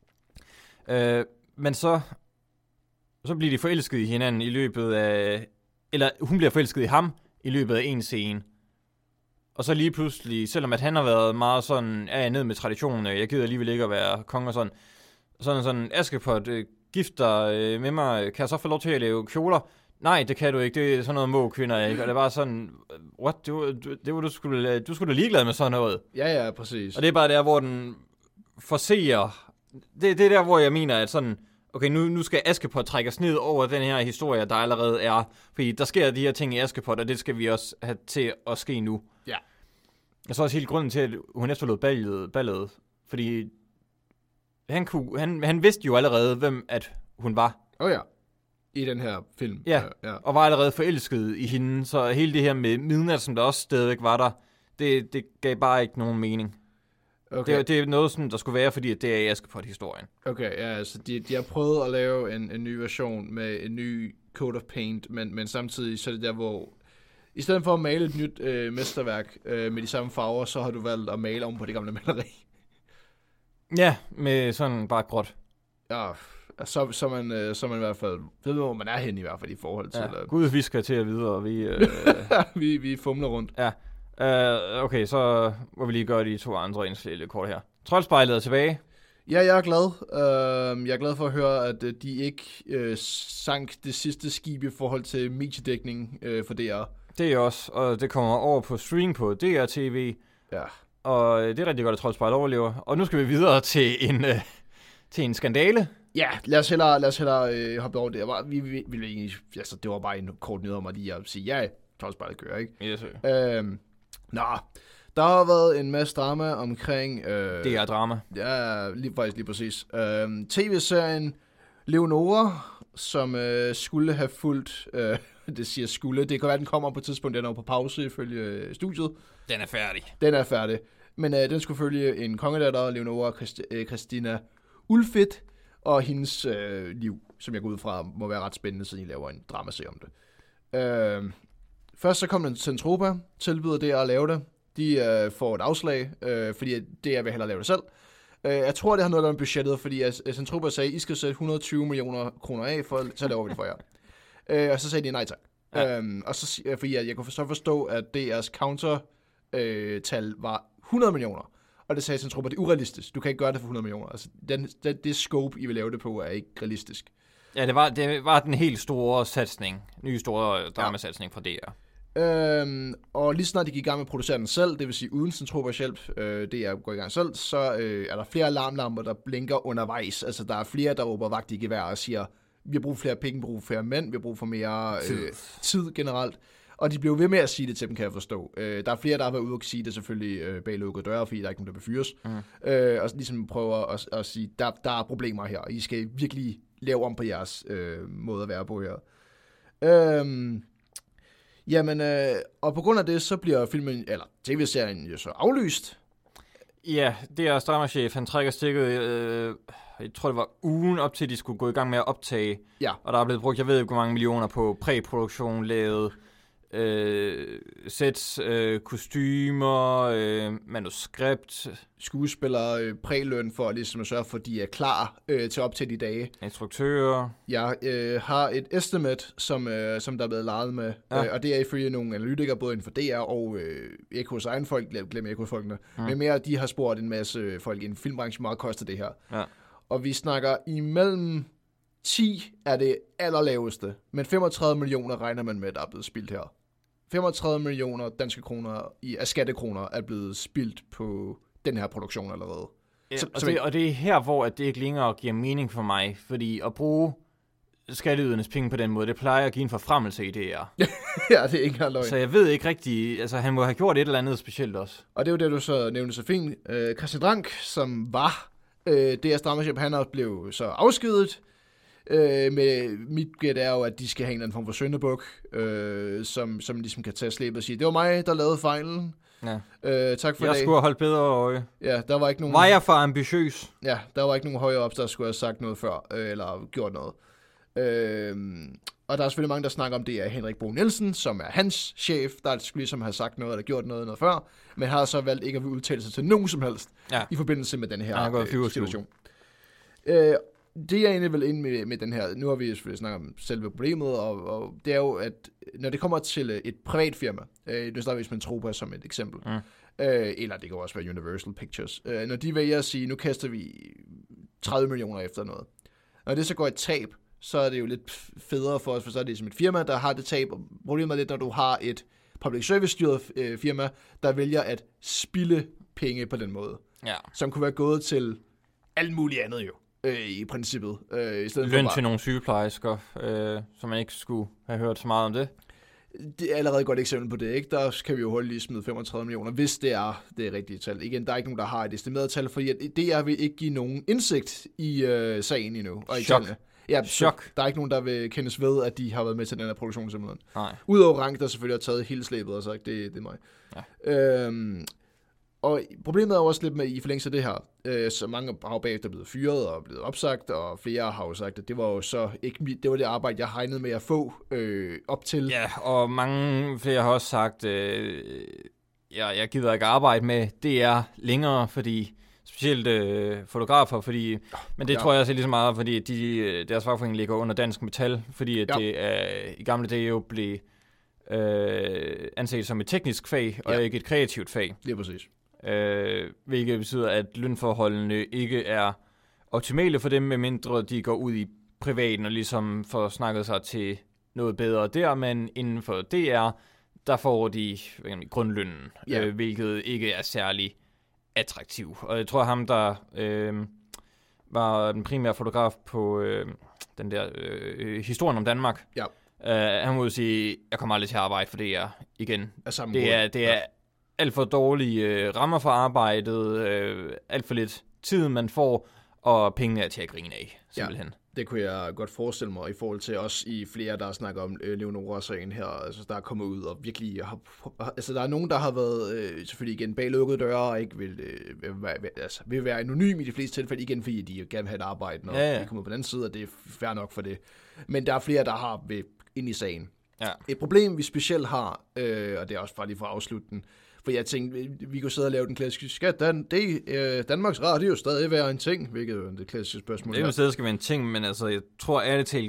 Men så bliver de forelsket i hinanden i løbet af... Eller hun bliver forelsket i ham i løbet af en scene. Og så lige pludselig, selvom at han har været meget sådan, ned med traditionen, jeg gider alligevel ikke at være konge og sådan, Askepot, gift dig med mig, kan jeg så få lov til at lave kjoler? Nej, det kan du ikke, det er sådan noget må kvinder ikke, og det var sådan, what, du skulle da ligeglad med sådan noget. Ja, præcis. Og det er bare der, hvor den forser, det er der, hvor jeg mener, at sådan, okay, nu skal Askepot trækkes ned over den her historie, der allerede er, fordi der sker de her ting i Askepot, og det skal vi også have til at ske nu. Ja. Og så også hele grunden til, at hun efterlod ballet, fordi han vidste jo allerede, hvem at hun var. Ja. I den her film. Ja, og var allerede forelsket i hende, så hele det her med midnat, som der også stadigvæk var der, det gav bare ikke nogen mening. Okay. Det er noget, sådan, der skulle være, fordi det er i Askepot-historien. Okay, ja, altså de har prøvet at lave en ny version med en ny coat of paint, men samtidig så er det der, hvor i stedet for at male et nyt mesterværk med de samme farver, så har du valgt at male om på det gamle maleri. Ja, med sådan bare gråt. Ja, så man i hvert fald ved, hvor man er henne i hvert fald i forhold til. Ja, Gud, vi skal til at videre, og vi fumler rundt. Ja, okay, så må vi lige gøre de 2 andre indslag lidt kort her. Troldspejlet er tilbage. Ja, jeg er glad. Jeg er glad for at høre, at de ikke sank det sidste skib i forhold til mediedækning for DR. Det er også, og det kommer over på stream på DR-TV. Ja. Og det er rigtig godt, at Troldspejlet overlever. Og nu skal vi videre til en skandale. Ja, lad os hellere hoppe over det. Det var bare en kort nyhed om at lige at sige, ja, Troldspejlet kører, ikke? Yes. Der har været en masse drama omkring... det er drama. Ja, lige præcis. TV-serien Leonora, som skulle have fulgt... det siger skulle. Det kan være, den kommer på et tidspunkt, den er på pause ifølge studiet. Den er færdig. Men den skulle følge en kongedatter, Leonora Christina Ulfit, og hendes liv, som jeg går ud fra, må være ret spændende, siden I laver en dramaserie om det. Først så kom den Zentropa, tilbyder det at lave det. De får et afslag, fordi det er vil hellere lave det selv. Jeg tror, det har noget at gøre med budgettet, fordi Zentropa sagde, I skal sætte 120 millioner kroner af, så laver vi det for jer. Og så sagde de nej tak. Ja. Og så, fordi jeg kunne så forstå, at deres counter-tal var 100 millioner. Og det sagde Zentropa, det er urealistisk. Du kan ikke gøre det for 100 millioner. Altså, det scope, I vil lave det på, er ikke realistisk. Ja, det var den helt store satsning. Nye store dramasatsning fra DR. Og lige snart de gik i gang med at producere den selv, det vil sige uden Zentropas hjælp, DR går i gang selv, så er der flere alarmlamper, der blinker undervejs. Altså, der er flere, der råber vagt i gevær og siger, vi har brug for flere penge, vi har brug for flere mænd, vi har brug for mere tid generelt. Og de blev ved med at sige det til dem, kan jeg forstå. Der er flere, der har været ude og sige det selvfølgelig bag lukkede døre, fordi der er ikke nogen, der befyres. Og ligesom prøver at sige, der er problemer her, og I skal virkelig lave om på jeres måde at være på her. Og på grund af det, så bliver filmen, eller tv-serien jo så aflyst. Ja, det er drama-chef, han trækker stikket, jeg tror det var ugen op til, de skulle gå i gang med at optage. Ja. Og der er blevet brugt, jeg ved ikke hvor mange millioner på præproduktion, lavet sets, kostymer, manuskript. Skuespillere, præløn for ligesom at sørge for, at de er klar til op til de dage. Instruktører. Jeg har et estimate, som der er blevet lejet med, og det er ifølge nogle analytikere, både inden for DR og Ekos egen folk, glem Ekos-folkene, men mere, de har spurgt en masse folk i en filmbranche, meget koster det her. Ja. Og vi snakker imellem 10 er det allerlaveste, men 35 millioner regner man med, der er blevet spildt her. 35 millioner danske kroner af skattekroner er blevet spildt på den her produktion allerede. Ja, og det er her, hvor det ikke længere giver mening for mig, fordi at bruge skatteydernes penge på den måde, det plejer at give en forfremmelse i det her. Ja, det er ikke engang løgn. Så jeg ved ikke rigtigt, altså han må have gjort et eller andet specielt også. Og det er jo det, du så nævnte så fint. Christian Drank, som var DR's dramachef, han også blev så afskedet. Med mit gæt er jo, at de skal have en eller anden form for syndebuk, som ligesom kan tage slæb og sige, det var mig, der lavede fejlen. Ja. Tak for det. Jeg skulle have holdt bedre øje. Ja, der var ikke nogen... Var jeg for ambitiøs? Ja, der var ikke nogen højere op, der skulle have sagt noget før, eller gjort noget. Og der er selvfølgelig mange, der snakker om, det er Henrik Bo Nielsen, som er hans chef, der skulle ligesom have sagt noget, eller gjort noget før, men har så valgt ikke at udtale sig til nogen som helst, i forbindelse med den her situation. Det er egentlig vel ind med den her, nu har vi selvfølgelig snakket om selve problemet, og det er jo, at når det kommer til et privat firma, nu snakker vi med Zentropa som et eksempel, eller det kan også være Universal Pictures, når de vælger at sige, nu kaster vi 30 millioner efter noget, når det så går et tab, så er det jo lidt federe for os, for så er det som et firma, der har det tab, og problemet er lidt, når du har et public service-styret firma, der vælger at spilde penge på den måde, som kunne være gået til alt muligt andet jo. I princippet. I stedet løn til nogle sygeplejersker, som man ikke skulle have hørt så meget om det. Det er allerede et godt eksempel på det, ikke? Der kan vi jo hurtigt lige smide 35 millioner, hvis det er det rigtige tal. Igen, der er ikke nogen, der har et estimeret tal, fordi det er vil ikke give nogen indsigt i sagen endnu. Og Chok. Ja, chok. Der er ikke nogen, der vil kendes ved, at de har været med til den her produktion simpelthen. Nej. Udover Rank, der selvfølgelig har taget hele slæbet og sagt, det er mig. Ja. Og problemet er også lidt med i forlængelse af det her, så mange har jo bagefter blevet fyret og blevet opsagt, og flere har jo sagt, at det var jo så ikke det var det arbejde, jeg regnede med at få op til. Ja, og mange flere har også sagt, jeg gider ikke arbejde med DR længere, fordi specielt fotografer, fordi, men det tror jeg også er lige så meget, fordi deres fagforening ligger under Dansk Metal, fordi at det i gamle dage jo blev anset som et teknisk fag, og ikke et kreativt fag. Det er præcis. Hvilket betyder, at lønforholdene ikke er optimale for dem, medmindre de går ud i privaten og ligesom får snakket sig til noget bedre der, men inden for DR, der får de grundlønnen, hvilket ikke er særlig attraktiv. Og jeg tror, ham, der var den primære fotograf på den der historien om Danmark, han må jo sige, jeg kommer aldrig til at arbejde for DR igen. Det er alt for dårlige rammer for arbejdet, alt for lidt tid, man får, og pengene er til at grine af, simpelthen. Ja, det kunne jeg godt forestille mig, i forhold til os i flere, der snakker om Leonora-sagen her, altså der er kommet ud og virkelig altså der er nogen, der har været selvfølgelig igen bag lukkede døre, og ikke vil være anonym i de fleste tilfælde, igen fordi de gerne vil have et arbejde, når de kommer på den anden side, og det er fair nok for det. Men der er flere, der har ind i sagen. Ja. Et problem, vi specielt har, og det er også bare lige for at afslutte den, for jeg tænkte, vi kunne sidde og lave den klassiske skat. Danmarks Radio jo stadig være en ting, hvilket er det klassiske spørgsmål. Det er jo stadig skal være en ting, men altså, jeg tror ærligt talt,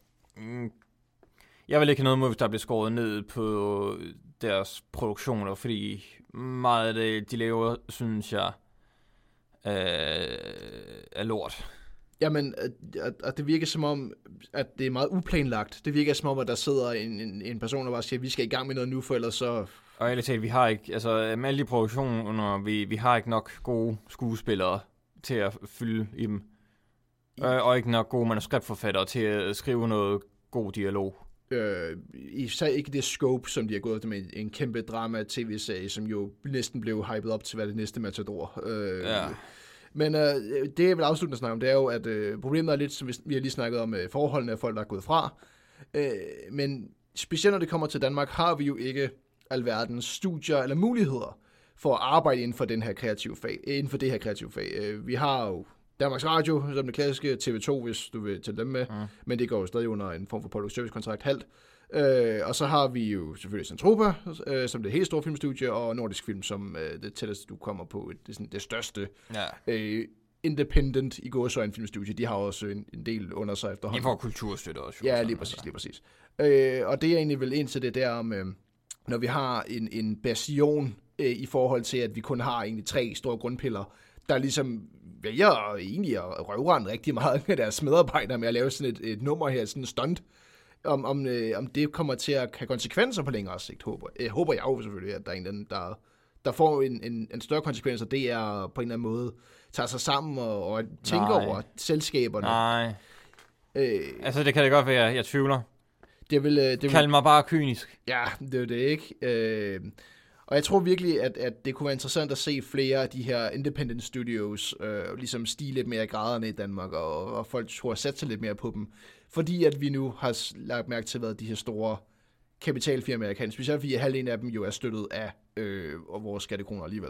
jeg vil ikke have noget mod, hvis der bliver skåret ned på deres produktioner, fordi meget af det, de laver, synes jeg, er lort. Jamen, at det virker som om, at det er meget uplanlagt. Det virker som om, at der sidder en person, der bare siger, at vi skal i gang med noget nu, for ellers så... Og ærligt talt, vi har ikke, altså med alle de produktioner, vi har ikke nok gode skuespillere til at fylde i dem. Og ikke nok gode manuskriptforfattere til at skrive noget god dialog. Især ikke det scope, som de har gået med en kæmpe drama-tv-serie, som jo næsten blev hypet op til, hvad det næste Matador. Men det, jeg vil afslutte at snakke om, det er jo, at problemet er lidt, som vi har lige snakket om, forholdene af folk, der er gået fra. Men specielt når det kommer til Danmark, har vi jo ikke alverdens studier eller muligheder for at arbejde inden for det her kreative fag. Vi har jo Danmarks Radio, som det klassiske, TV2, hvis du vil tage dem med, men det går jo stadig under en form for public service kontrakt halvt. Og så har vi jo selvfølgelig Centropa, som det helt store filmstudie, og Nordisk Film, som det tætteste, du kommer på, det største independent i gåseøjne filmstudie. De har også en del under sig efterhånden. De får kulturstøtte også. Ja, lige præcis. Og det er egentlig vel ind til det der om, når vi har en bastion i forhold til, at vi kun har egentlig 3 store grundpiller, der ligesom vælger egentlig at røvrende rigtig meget af deres medarbejdere med at lave sådan et nummer her, sådan en stunt. Om det kommer til at have konsekvenser på længere sigt, håber jeg jo selvfølgelig, at der er en eller anden, der får en større konsekvens, og det er på en eller anden måde tager sig sammen og tænker over selskaberne. Nej. Altså det kan det godt være, jeg tvivler. Kald mig bare kynisk. Ja, det er jo det ikke. Og jeg tror virkelig, at det kunne være interessant at se flere af de her independent studios ligesom stige lidt mere i graderne i Danmark, og folk tror at sætte sig lidt mere på dem. Fordi at vi nu har lagt mærke til, hvad de her store kapitalfirmaer kan. Specielt fordi halvdelen af dem jo er støttet af vores skattekroner alligevel.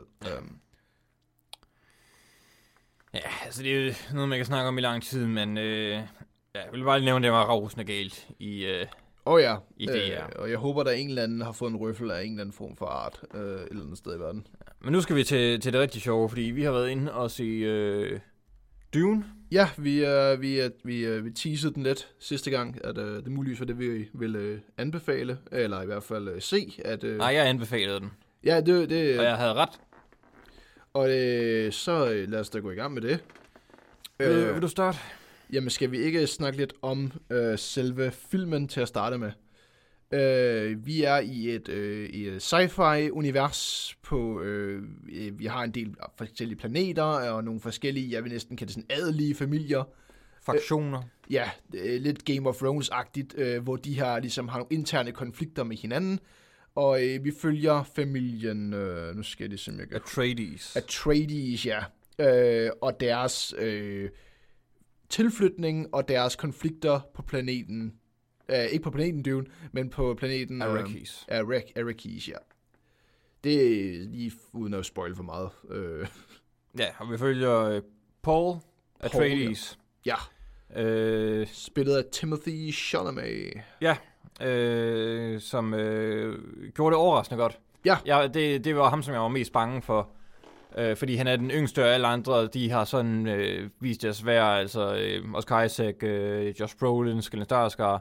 Ja, altså det er jo noget, man kan snakke om i lang tid, men jeg vil bare lige nævne, at det var ravsende galt i det. Og jeg håber, der en eller anden har fået en røffel af en eller anden form for art et eller andet sted i verden. Men nu skal vi til det rigtig sjove, fordi vi har været inde og se Dune. Ja, vi teasede den lidt sidste gang, at det muligvis var det, vi ville anbefale, eller i hvert fald se. Nej, jeg anbefalede den. Ja, det og jeg havde ret. Og så lad os da gå i gang med det. Vil du starte? Jamen, skal vi ikke snakke lidt om selve filmen til at starte med? Vi er i et sci-fi-univers på, vi har en del forskellige planeter, og nogle forskellige, jeg vil næsten kalde det sådan adelige familier. Faktioner. Ja, lidt Game of Thrones-agtigt, hvor de her ligesom har nogle interne konflikter med hinanden. Og vi følger familien, nu skal det simpelthen... Atreides, ja. Og deres tilflytning og deres konflikter på planeten. Ikke på planeten Dune, men på planeten... Arrakis. Arrakis, ja. Det er lige uden at spoil for meget. Ja, og vi følger Paul Atreides. Ja. Spillet af Timothy Chalamet. Ja, som gjorde det overraskende godt. Ja. Det var ham, som jeg var mest bange for. Fordi han er den yngste af alle andre. De har sådan vist deres værd. Altså Oscar Isaac, Josh Brolin, Stellan Skarsgård,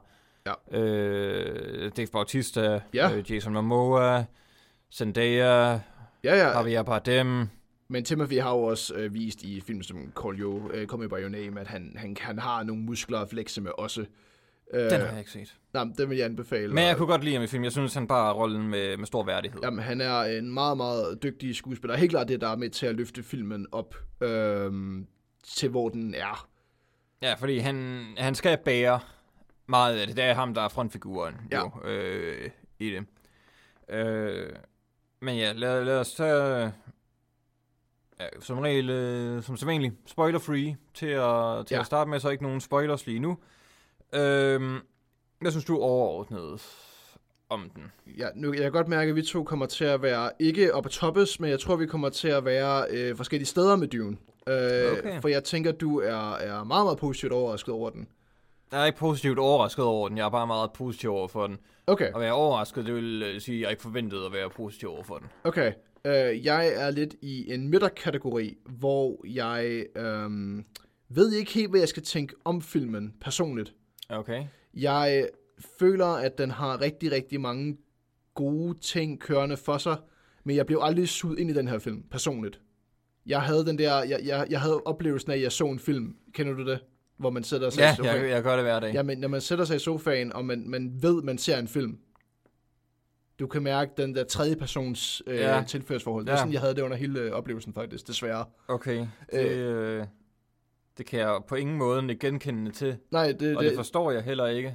Dave Bautista, Jason Momoa, Zendaya, Javier Bardem. Men Timothy har jo også vist i film som Call Me By Your Name, at han har nogle muskler at flexe med også. Den har jeg ikke set. Nej, den vil jeg anbefale. Men jeg kunne godt lide ham i film. Jeg synes, han bare rollen med stor værdighed. Jamen, han er en meget, meget dygtig skuespiller. Helt klart det, der er med til at løfte filmen op til, hvor den er. Ja, fordi han skal bære meget af det. Det er ham, der er frontfiguren i det. Men ja, lad os tage... som regel, som sædvanligt, spoiler-free til at starte med, så ikke nogen spoilers lige nu. Hvad synes du overordnet om den? Ja, nu jeg kan godt mærke, at vi to kommer til at være ikke op at toppes, men jeg tror, vi kommer til at være forskellige steder med Dune. For jeg tænker, du er meget, meget positivt overrasket over den. Jeg er ikke positivt overrasket over den, jeg er bare meget positiv over for den. Okay. Og være overrasket, det vil sige, at jeg ikke forventede at være positiv over for den. Okay. Jeg er lidt i en midterkategori, hvor jeg ved ikke helt, hvad jeg skal tænke om filmen personligt. Okay. Jeg føler, at den har rigtig, rigtig mange gode ting kørende for sig, men jeg blev aldrig suget ind i den her film, personligt. Jeg havde den der, jeg havde oplevelsen af, at jeg så en film. Kender du det? Hvor man sætter sig i sofaen. Ja, jeg gør det hver dag. Ja, men når man sætter sig i sofaen, og man ved, man ser en film, du kan mærke den der tredje persons tilførsforhold. Det er sådan, jeg havde det under hele oplevelsen faktisk, desværre. Okay, det kan jeg på ingen måde ikke genkende til. Nej, det forstår jeg heller ikke.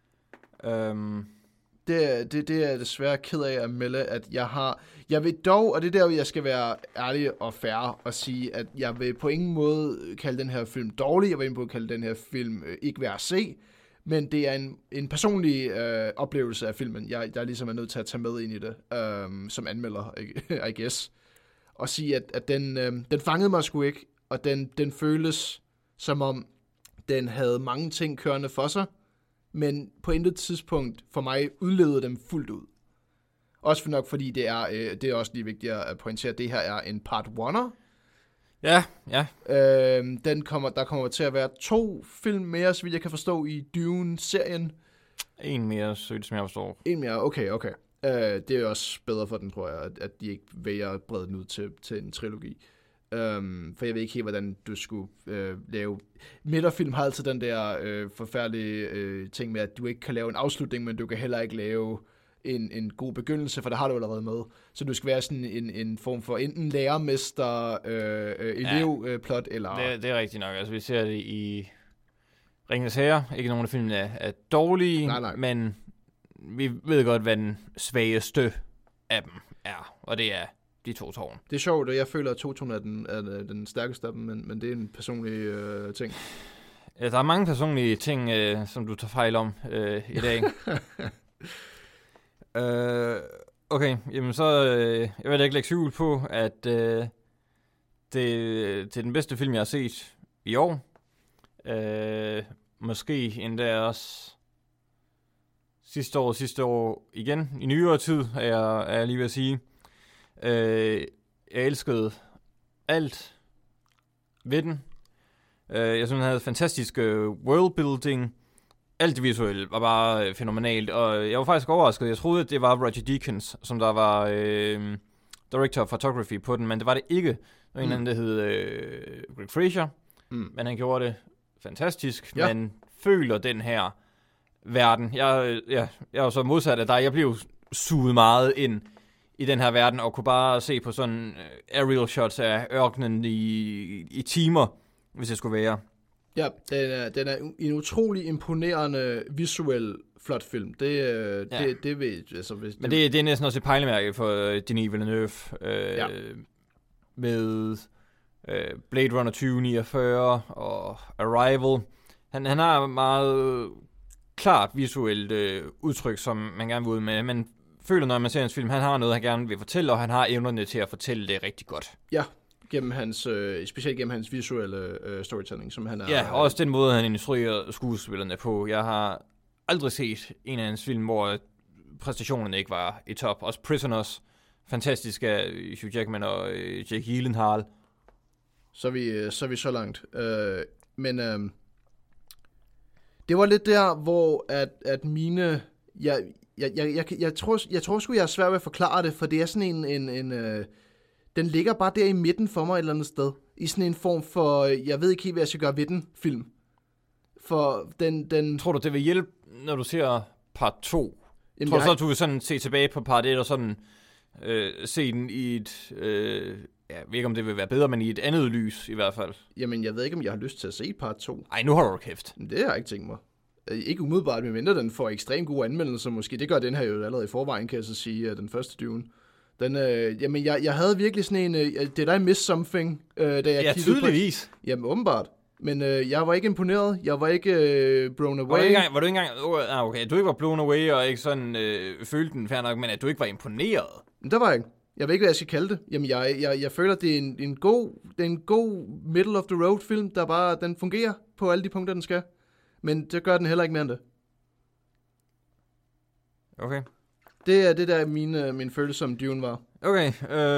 Det er jeg desværre ked af at melde, at jeg vil dog, og det er der, jeg skal være ærlig og fair og sige, at jeg vil på ingen måde kalde den her film dårlig, jeg vil ikke kalde den her film ikke værd at se, men det er en personlig oplevelse af filmen, jeg ligesom er nødt til at tage med ind i det, som anmelder, I guess, og sige, at den fangede mig sgu ikke, og den føles som om, den havde mange ting kørende for sig, men på intet tidspunkt for mig udlevede dem fuldt ud. Også nok fordi det er også lige vigtigt at pointere, at det her er en part one'er. Ja. Der kommer til at være 2 film mere, så vidt jeg kan forstå, i Dune-serien. En mere, så vidt som jeg forstår. En mere, okay. Det er også bedre for den, tror jeg, at de ikke vælger at brede den ud til en trilogi. For jeg ved ikke helt, hvordan du skulle lave... Midterfilm har altid den der forfærdelige ting med, at du ikke kan lave en afslutning, men du kan heller ikke lave en god begyndelse, for der har du allerede med. Så du skal være sådan en form for enten lærermester, elevplot, eller... Det er rigtigt nok. Altså, vi ser det i Ringenes Herre. Ikke nogen af filmene er dårlige, nej. Men vi ved godt, hvad den svageste af dem er, og det er de 2 tårne. Det er sjovt, og jeg føler, at 2 tårne er den stærkeste af dem, men det er en personlig ting. Ja, der er mange personlige ting, som du tager fejl om i dag. Okay, jamen så jeg vil ikke lægge skjul på, at det er den bedste film, jeg har set i år. Måske endda også sidste år igen, i nyere tid, er jeg lige ved at sige. Jeg elskede alt ved den. Jeg synes, den havde fantastisk worldbuilding. Alt det visuelle var bare fænomenalt, og jeg var faktisk overrasket. Jeg troede, at det var Roger Deakins, som der var director of photography på den, men det var det ikke. Der var en anden, der hed Greg Fraser, men han gjorde det fantastisk. Ja. Man føler den her verden. Jeg er jo så modsat af dig. Jeg blev suget meget ind i den her verden, og kunne bare se på sådan aerial shots af ørkenen i timer, hvis jeg skulle være. Ja, den er en utrolig imponerende visuel flot film. Det ved altså, men det er næsten også et pejlemærke for Denis Villeneuve med Blade Runner 2049 og Arrival. Han har meget klart visuelt udtryk, som man gerne vil ud med, men føler, når man ser hans film, han har noget, han gerne vil fortælle, og han har evnerne til at fortælle det rigtig godt. Ja, gennem hans, specielt gennem hans visuelle storytelling, som han er... Ja, og også den måde, han instruerer skuespillerne på. Jeg har aldrig set en af hans film, hvor præstationerne ikke var i top. Også Prisoners, fantastisk af Hugh Jackman og Jake Gyllenhaal. Så er vi så langt. Men det var lidt der, hvor at mine... Jeg tror sgu, jeg er svært ved at forklare det, for det er sådan en den ligger bare der i midten for mig et eller andet sted. I sådan en form for, jeg ved ikke helt, hvad jeg skal gøre ved den film. For den... Tror du, det vil hjælpe, når du ser part 2? Jamen, tror du så, at du vil sådan se tilbage på part 1 og sådan se den i et... jeg ved ikke, om det vil være bedre, men i et andet lys i hvert fald. Jamen, jeg ved ikke, om jeg har lyst til at se part 2. Ej, nu har du kæft. Det har jeg ikke tænkt mig. Ikke umiddelbart, medmindre den får ekstremt gode anmeldelser måske. Det gør den her jo allerede i forvejen, kan jeg så sige, den første Dune. Den, jamen, jeg havde virkelig sådan en... Did I miss something? Da jeg ja, tydeligvis. Jamen, åbenbart. Men jeg var ikke imponeret. Jeg var ikke blown away. Var du ikke engang... okay, du ikke var blown away og ikke sådan følte den fair nok, men at du ikke var imponeret? Der var jeg ikke. Jeg ved ikke, hvad jeg skal kalde det. Jamen, jeg føler, det er en god middle of the road film, der bare... Den fungerer på alle de punkter, den skal. Men det gør den heller ikke mere end det. Okay. Det er det, der min følelse om Dune var. Okay.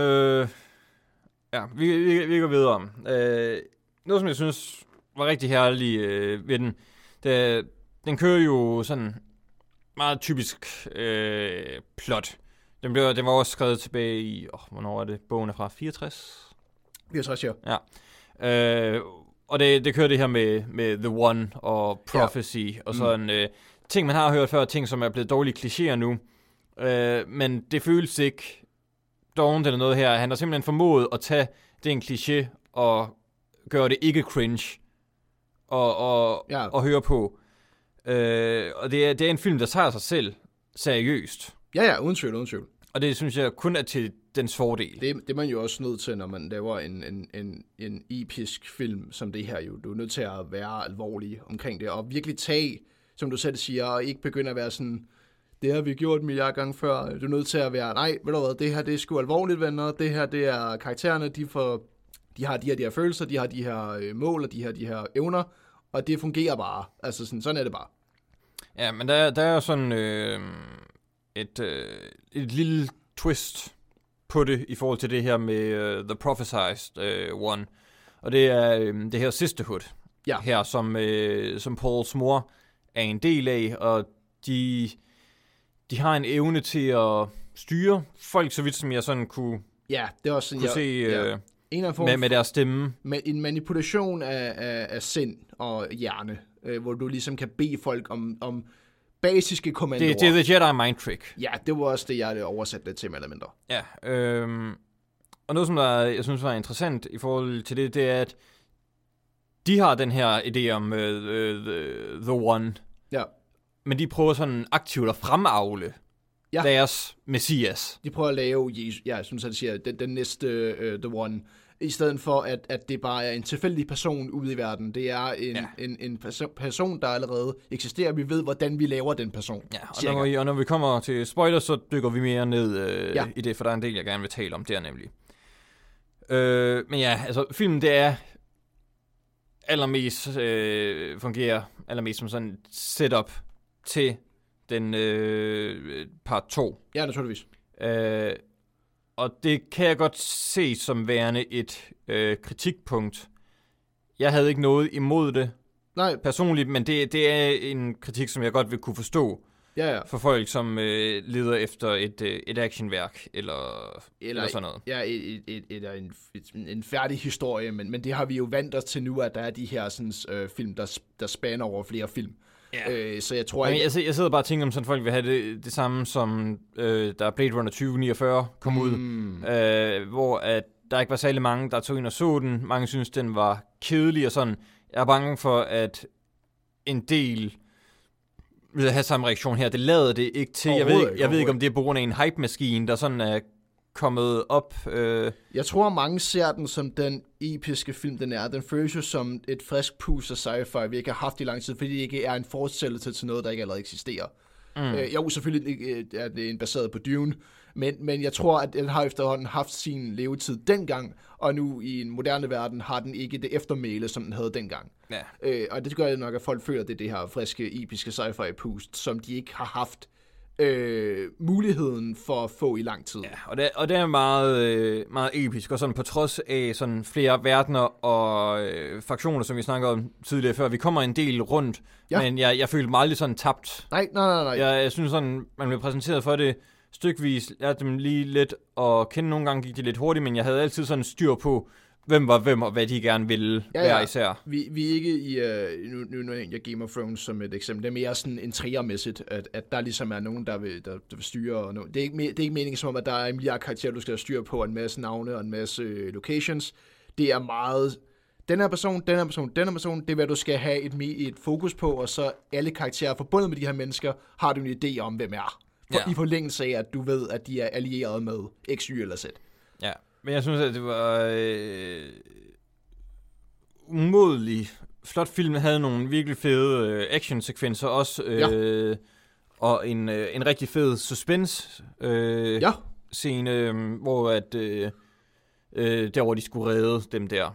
Ja, vi går videre. Noget, som jeg synes var rigtig herligt ved den, den kører jo sådan meget typisk plot. Den var også skrevet tilbage i, hvornår er det? Bogen er fra 64? 64, ja. Ja. Og det kører det her med The One og Prophecy og sådan ting, man har hørt før, ting, som er blevet dårlige klichéer nu. Men det føles ikke dovent eller noget her. Han har simpelthen formået at tage den kliché og gøre det ikke cringe og høre på. Og det er en film, der tager sig selv seriøst. Ja, uden tvivl. Og det synes jeg kun er til dens fordel. Det er man jo også nødt til, når man laver en episk film som det her jo. Du er nødt til at være alvorlig omkring det, og virkelig tage, som du selv siger, og ikke begynde at være sådan, det har vi gjort milliard gange før. Du er nødt til at være, nej, ved du hvad, det her det er sgu alvorligt, venner. Det her, det er karaktererne, de har de her følelser, de har de her mål, og de her evner, og det fungerer bare. Altså sådan er det bare. Ja, men der er jo sådan et lille twist på det i forhold til det her med The Prophesized One. Og det er det her Sisterhood her, som Pauls mor er en del af, og de har en evne til at styre folk, så vidt som jeg sådan kunne det er også sådan, kunne se en form med deres stemme. Med en manipulation af sind og hjerne, hvor du ligesom kan bede folk om basiske kommandoer. Det er The Jedi Mind Trick. Ja, det var også det, jeg oversatte det til, mere eller mindre. Ja, og noget, som jeg synes var interessant i forhold til det er, at de har den her idé om the One. Ja. Men de prøver sådan aktivt at fremavle deres messias. De prøver at lave, jeg synes, at de siger, den næste The One, i stedet for, at det bare er en tilfældig person ude i verden. Det er en person, der allerede eksisterer. Vi ved, hvordan vi laver den person. Ja, og når vi kommer til spoilers, så dykker vi mere ned i det, for der er en del, jeg gerne vil tale om der nemlig. Men ja, altså filmen, det er allermest fungerer allermest som sådan setup til den part 2. Ja, naturligvis. Og det kan jeg godt se som værende et kritikpunkt. Jeg havde ikke noget imod det personligt, men det er en kritik, som jeg godt vil kunne forstå for folk, som leder efter et actionværk eller sådan noget. Ja, en færdig historie, men det har vi jo vant os til nu, at der er de her sådan, film, der spænder over flere film. Ja. Så jeg tror ikke... Jeg sidder bare og tænker, om sådan folk vil have det samme, som der Blade Runner 2049 kom ud, hvor at der ikke var særlig mange, der tog ind og så den. Mange synes, den var kedelig og sådan. Jeg er bange for, at en del vil have samme reaktion her. Det lader det ikke til. Jeg ved ikke, om det er på grund af en hype-maskine, der sådan er kommet op. Jeg tror, mange ser den som den episke film, den er. Den føles jo som et frisk pus af sci-fi, vi ikke har haft i lang tid, fordi det ikke er en fortsættelse til noget, der ikke allerede eksisterer. Jo, selvfølgelig er det en baseret på Dune, men jeg tror, at den har efterhånden haft sin levetid dengang, og nu i en moderne verden har den ikke det eftermæle, som den havde dengang. Ja. Og det gør nok, at folk føler, at det er det her friske, episke sci-fi pust, som de ikke har haft muligheden for at få i lang tid. Ja, og det er meget, meget episk, og sådan på trods af sådan flere verdener og fraktioner, som vi snakkede om tidligere før, vi kommer en del rundt, men jeg følte mig aldrig sådan tabt. Nej. Jeg synes sådan, man blev præsenteret for det stykvis, lærte dem lige lidt at kende, nogle gange gik det lidt hurtigt, men jeg havde altid sådan styr på, hvem var hvem, og hvad de gerne ville være især. Vi er ikke i, nu jeg Game of Thrones som et eksempel, det er mere sådan intrigermæssigt, at der ligesom er nogen, der vil styre. Og det er ikke meningen som om, at der er en milliard karakterer, du skal have styr på, en masse navne og en masse locations. Det er meget, den her person, det er hvad du skal have et fokus på, og så alle karakterer forbundet med de her mennesker, har du en idé om, hvem er. I forlængelse af, at du ved, at de er allieret med X, Y eller Z. Ja. Men jeg synes, at det var umådelig flot film. Havde nogle virkelig fede actionsekvenser også. Og en rigtig fed suspense scene, hvor at der hvor de skulle redde dem der.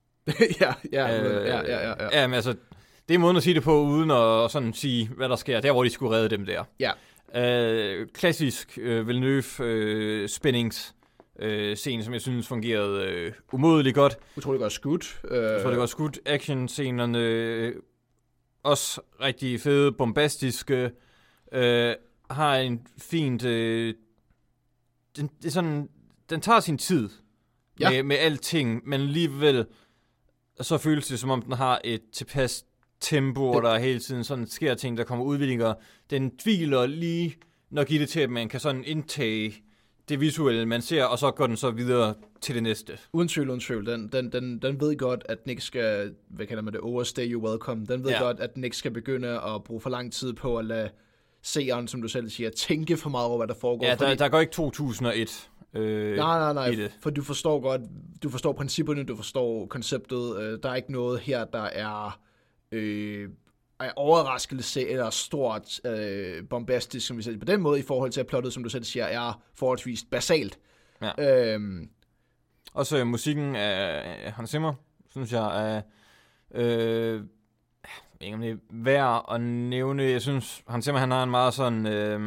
Ja, men altså, det er måden at sige det på, uden at sådan sige, hvad der sker. Der hvor de skulle redde dem der. Ja. Klassisk Villeneuve spændings scene, som jeg synes fungerede umådeligt godt. Utrolig godt skudt. Utrolig godt skudt. Action-scenerne også rigtig fede, bombastiske. Har en fint... det er sådan, den tager sin tid med alting, men alligevel så føles det, som om den har et tilpas tempo, og der hele tiden sådan sker ting, der kommer udviklinger. Den dviler lige nok i det til, at man kan sådan indtage det visuelle, man ser, og så går den så videre til det næste. Uden tvivl. Den ved godt, at den ikke skal, hvad kalder man det, overstay you welcome. Den ved godt, at den ikke skal begynde at bruge for lang tid på at lade seeren, som du selv siger, tænke for meget over, hvad der foregår. Ja, der går ikke 2001 nej, i det. For du forstår godt, du forstår principperne, du forstår konceptet. Der er ikke noget her, der er overraskelse eller stort bombastisk, som vi siger på den måde, i forhold til at plottet, som du selv siger, er forholdsvis basalt. Ja. Også musikken af Hans Zimmer, synes jeg er ikke om det er værd at nævne. Jeg synes, Hans Zimmer, han har en meget sådan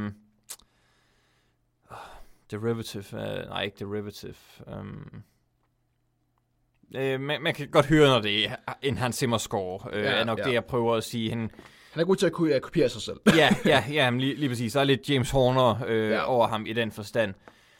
derivative, nej ikke derivative, man kan godt høre, når det er en Hans Zimmer score, er nok det, jeg prøver at sige. Han er god til at kopiere sig selv. ja, lige præcis. Der er lidt James Horner over ham i den forstand.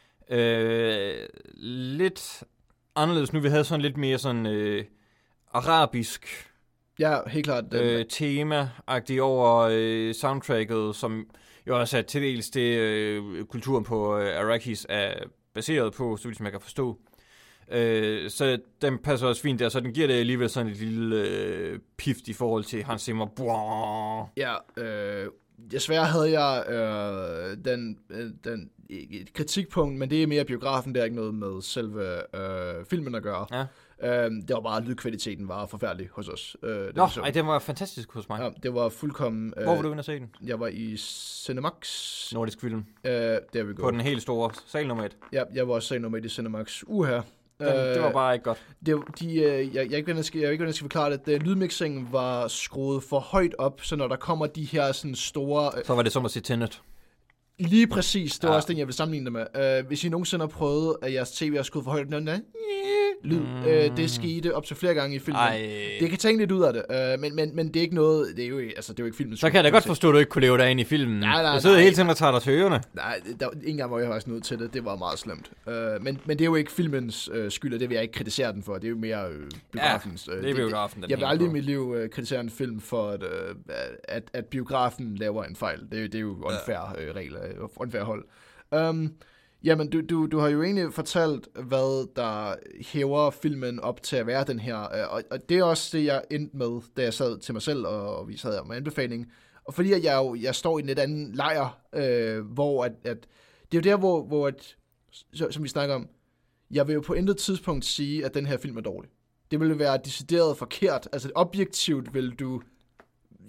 Lidt anderledes nu. Vi havde sådan lidt mere sådan arabisk helt klart. tema-agtigt over soundtracket, som jo også er til dels det kulturen på Arrakis er baseret på, så vidt man kan forstå. Så den passer også fint der, så den giver det alligevel sådan et lille pift i forhold til Hans Zimmer. Ja, desværre havde jeg den et kritikpunkt, men det er mere biografen, der er ikke noget med selve filmen at gøre. Ja. Det var bare, lydkvaliteten var forfærdelig hos os. Den var fantastisk hos mig. Ja, det var fuldkommen... Hvor var du inde at se den? Jeg var i Cinemax. Nordisk Film. Der vi går. På den helt store sal nummer 1. Ja, jeg var også sal nummer 1 i Cinemax. Det var bare ikke godt. Jeg ved ikke, hvordan jeg skal forklare det. Lydmixingen var skruet for højt op, så når der kommer de her sådan store... Så var det som at se Tenet. Lige præcis. Det var også den, jeg vil sammenligne det med. Hvis I nogensinde har prøvet, at jeres tv er skruet for højt op, lyd. Det skete op til flere gange i filmen. Det kan tænke lidt ud af det, men det er ikke noget, det er jo ikke filmen. Så kan jeg da godt forstå, at du ikke kunne leve dig ind i filmen. Jeg sidder hele tiden og tager dig til ørerne. Nej, der var ingen gang, hvor jeg har nødt til det. Det var meget slemt. Men det er jo ikke filmens skyld, og det vil jeg ikke kritisere den for. Det er jo mere biografens. Det er biografen. Jeg vil aldrig i mit liv kritisere en film for, at biografen laver en fejl. Det er jo unfair regler, unfair hold. Jamen, du har jo egentlig fortalt, hvad der hæver filmen op til at være den her, og det er også det, jeg endte med, da jeg sad til mig selv, og vi sad med anbefaling. Og fordi at jeg står i en lidt anden lejr, hvor at det er jo der, hvor at, som vi snakker om, jeg vil jo på intet tidspunkt sige, at den her film er dårlig. Det ville være decideret forkert. Altså objektivt vil du...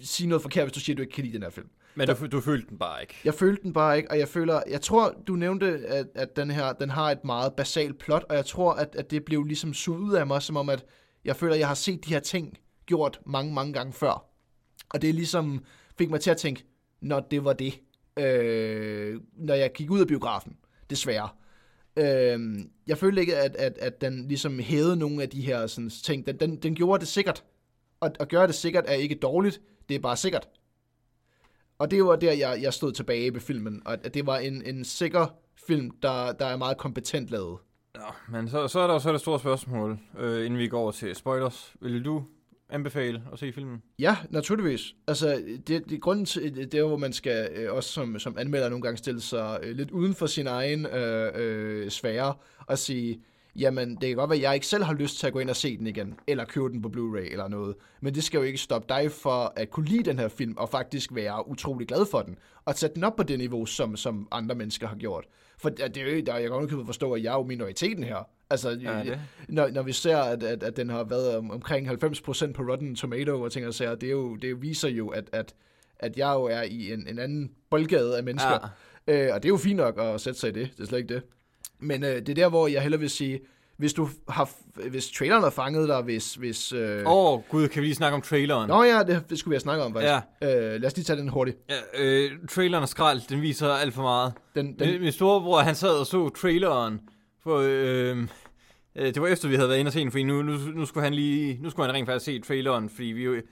sige noget forkert, hvis du siger, at du ikke kan lide den her film. Men du følte den bare ikke? Jeg følte den bare ikke, og jeg tror, du nævnte, at den har et meget basalt plot, og jeg tror, at det blev ligesom suget ud af mig, som om, at jeg føler, at jeg har set de her ting gjort mange, mange gange før. Og det ligesom fik mig til at tænke, når det var det, når jeg gik ud af biografen, desværre. Jeg følte ikke, at den ligesom hævede nogle af de her sådan, ting. Den gjorde det sikkert. Og at gøre det sikkert er ikke dårligt, det er bare sikkert. Og det var der, jeg stod tilbage ved filmen, og at det var en sikker film, der er meget kompetent lavet. Ja, men så er der så et stort spørgsmål, inden vi går over til spoilers. Vil du anbefale at se filmen? Ja, naturligvis. Altså, det grunden til, det er, hvor man skal også som anmelder nogle gange stille sig lidt uden for sin egen sfære og sige, jamen, det kan godt være, at jeg ikke selv har lyst til at gå ind og se den igen, eller købe den på Blu-ray eller noget. Men det skal jo ikke stoppe dig for at kunne lide den her film, og faktisk være utrolig glad for den, og sætte den op på det niveau, som andre mennesker har gjort. For det er jo, jeg kan jo forstå, at jeg er jo minoriteten her. Altså, ja, når vi ser, at den har været omkring 90% på Rotten Tomato, og ting og sager, det viser jo, at jeg jo er i en anden boldgade af mennesker. Ja. Og det er jo fint nok at sætte sig i det er slet ikke det. Men det er der, hvor jeg hellere vil sige, hvis traileren har fanget dig, hvis Gud, kan vi lige snakke om traileren? Nå ja, det skulle vi have snakket om, faktisk. Ja. Lad os lige tage den hurtigt. Ja, traileren er skrald, den viser alt for meget. Min storebror, han sad og så traileren, for det var efter, vi havde været inde og se den, fordi nu skulle han rent faktisk se traileren, fordi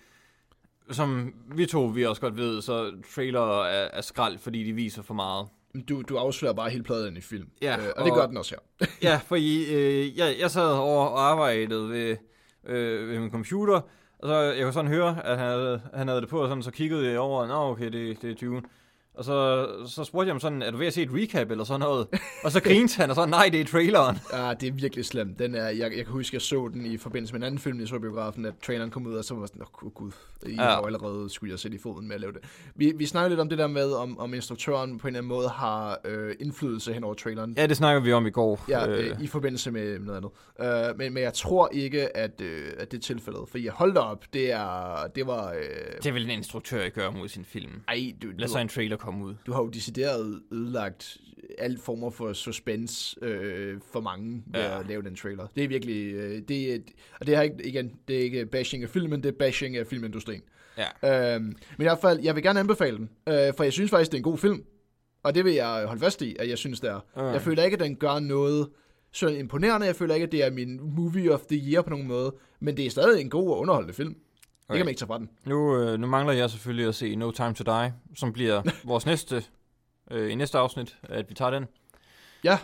vi også godt ved, så trailer er skrald, fordi de viser for meget. Du afslører bare hele pladen i film, ja, og det gør den også her. Ja, fordi jeg sad over og arbejdede ved min computer, og så jeg kunne sådan høre, at han havde det på, og sådan, så kiggede jeg over, okay, det er 20. Og så spurgte jeg ham sådan, er du ved at se et recap eller sådan noget? Og så grinte han, og så nej, det er traileren. Ja, det er virkelig slemt. Jeg kan huske, jeg så den i forbindelse med en anden film, jeg så i biografen, at traileren kom ud, og så var jeg sådan, gud, I har jo allerede skulle jeg sætte i foden med at lave det. Vi snakker lidt om det der med, om instruktøren på en eller anden måde har indflydelse hen over traileren. Ja, det snakker vi om i går. Ja, i forbindelse med noget andet. Men jeg tror ikke, at det er tilfældet, for jeg holdt op, det var... Det vil en instruktør ikke gøre mod sin film. Ej, lad så en trailer komme ud. Du har jo decideret ødelagt alle former for suspense for mange ved at lave den trailer. Det er virkelig... og det er ikke bashing af filmen, det er bashing af filmindustrien. Ja. Men i hvert fald, jeg vil gerne anbefale den, for jeg synes faktisk, det er en god film. Og det vil jeg holde fast i, at jeg synes, det er. Jeg føler ikke, at den gør noget så imponerende. Jeg føler ikke, at det er min movie of the year på nogen måde. Men det er stadig en god og underholdende film. Det kan man ikke tage fra den. Nu mangler jeg selvfølgelig at se No Time to Die, som bliver vores næste i næste afsnit, at vi tager den. Ja.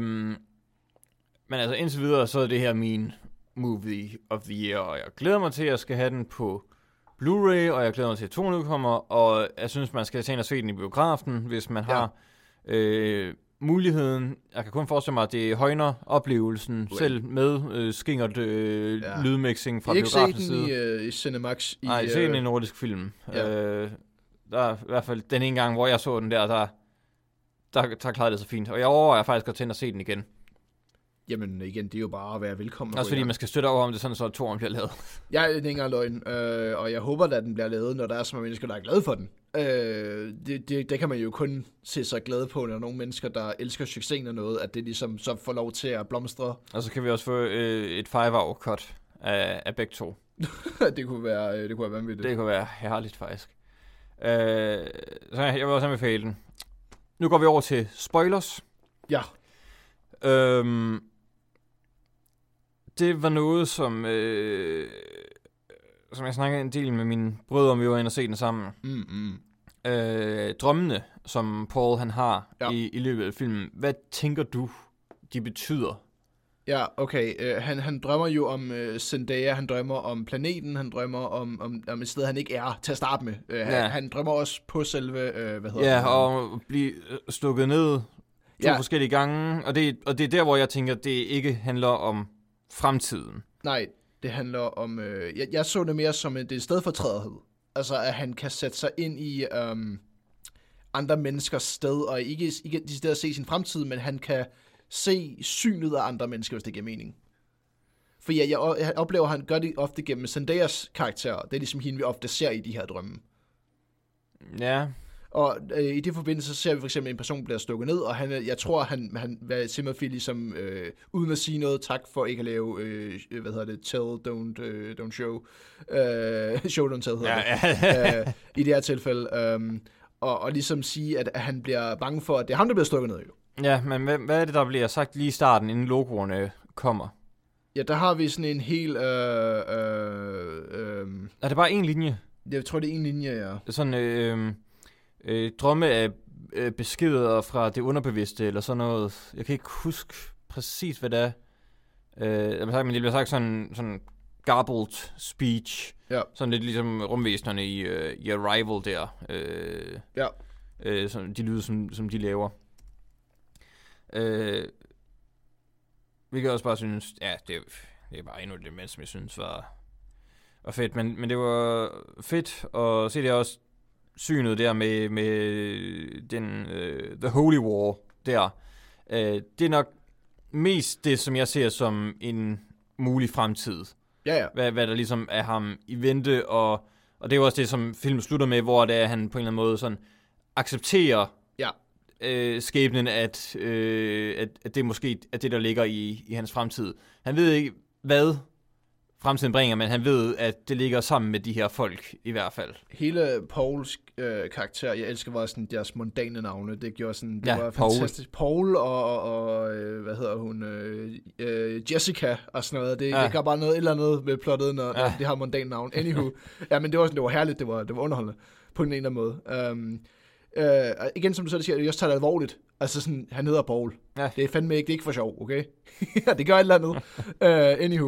Men altså indtil videre, så er det her min movie of the year, og jeg glæder mig til, at jeg skal have den på Blu-ray, og jeg glæder mig til, at 2 udkommer, og jeg synes, man skal tage ind og se den i biografen, hvis man har muligheden. Jeg kan kun forestille mig, at det højner oplevelsen, selv med skingert lydmixing fra biografens side. Ikke se den i Cinemax. Nej, se den i en nordisk film. Ja. Der er i hvert fald den ene gang, hvor jeg så den der klarede det så fint. Og jeg overvejer faktisk at tænde og se den igen. Jamen igen, det er jo bare at være velkommen. Også fordi man skal støtte over, om det sådan, så toren bliver lavet. Ja, det er ikke engang løgn. Og jeg håber, at den bliver lavet, når der er så mange mennesker, der er glade for den. Det kan man jo kun se sig glade på, når nogle mennesker, der elsker succesen og noget, at det ligesom så får lov til at blomstre. Og så kan vi også få et 5-hour cut af begge to. det kunne være vanvittigt. Det kunne være herligt, faktisk. Så jeg vil også anbefale den. Nu går vi over til spoilers. Ja. Det var noget, som jeg snakkede en del med mine brødre om, vi var inde og se den sammen. Drømmene, som Paul han har i løbet af filmen, hvad tænker du, de betyder? Ja, okay. Han drømmer jo om Zendaya, han drømmer om planeten, han drømmer om et sted, han ikke er til at starte med. Han drømmer også på selve, og blive stukket ned to forskellige gange, og det er der, hvor jeg tænker, at det ikke handler om fremtiden. Nej, det handler om... Jeg så det mere som et stedfortræderhed. Altså, at han kan sætte sig ind i andre menneskers sted, og ikke de steder se sin fremtid, men han kan se synet af andre mennesker, hvis det giver mening. For jeg oplever, at han gør det ofte gennem Zendayas karakter. Det er ligesom hende, vi ofte ser i de her drømme. Ja. Og i det forbindelse, så ser vi for eksempel en person bliver stukket ned, og jeg tror, han simpelthen ligesom, uden at sige noget, tak for ikke at lave, tell, don't show, show, don't tell, hedder det, i det her tilfælde, og ligesom sige, at han bliver bange for, at det er ham, der bliver stukket ned, jo. Ja, men hvad er det, der bliver sagt lige i starten, inden logoerne kommer? Ja, der har vi sådan en hel... Er det bare en linje? Jeg tror, det er en linje, ja. Sådan drømme af beskeder fra det underbevidste, eller sådan noget. Jeg kan ikke huske præcis, hvad det er. Men det bliver sagt sådan garbled speech. Ja. Sådan lidt ligesom rumvæsenerne i Arrival der. Sådan de lyde, som de laver. Hvilket også bare synes, ja, det er bare endnu et element, som jeg synes var fedt. Men det var fedt at se det også synet der med den The Holy War der. Det er nok mest det, som jeg ser som en mulig fremtid. Ja. Hvad der ligesom er ham i vente, og det er jo også det, som filmen slutter med, hvor det er, han på en eller anden måde sådan accepterer skæbnen, at det måske er det, der ligger i hans fremtid. Han ved ikke, hvad fremtiden bringer, men han ved, at det ligger sammen med de her folk, i hvert fald. Hele Pauls karakter, jeg elsker bare sådan deres mondane navne, det gjorde sådan, det var fantastisk. Paul og hvad hedder hun, Jessica og sådan noget, det gør bare noget et eller andet med plottet, når det har mondane navn. Anywho, ja, men det var herligt, det var underholdende, på en eller anden måde. Igen, som du så siger, jeg også tager det alvorligt. Altså sådan, han hedder Paul. Ja. Det er fandme ikke, det er ikke for sjov, okay? Det gør et eller andet. Anywho.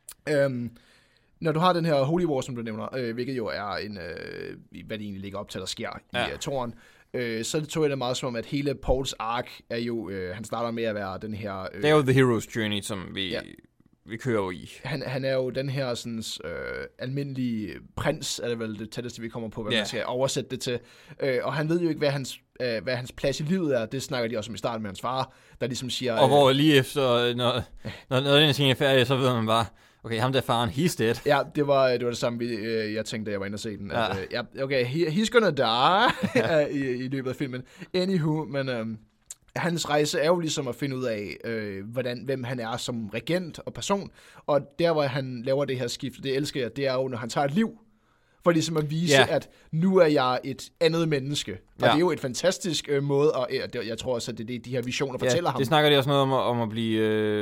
Når du har den her Holy War, som du nævner, hvilket jo er hvad det egentlig ligger op til, der sker i toren, så tog jeg det meget som om, at hele Pauls ark er jo, han starter med at være den her... det er jo The Hero's Journey, som vi kører jo i. Han er jo den her sådan, almindelige prins, er det vel det tætteste, vi kommer på, hvad man skal oversætte det til. Og han ved jo ikke, hvad hans plads i livet er. Det snakker de også om i starten med hans far, der ligesom siger... Og hvor lige efter, når den ting er færdig, så ved man bare, okay, ham der faren, he's dead. Ja, det var det samme, jeg tænkte, da jeg var inde og se den. At, okay, he's gonna die i løbet af filmen. Anywho, men... hans rejse er jo ligesom at finde ud af, hvem han er som regent og person, og der, hvor han laver det her skift, det elsker jeg, det er jo, når han tager et liv, for ligesom at vise, at nu er jeg et andet menneske. Og det er jo et fantastisk måde, og jeg tror også, at det er de her visioner fortæller ham. Det snakker de også noget om at blive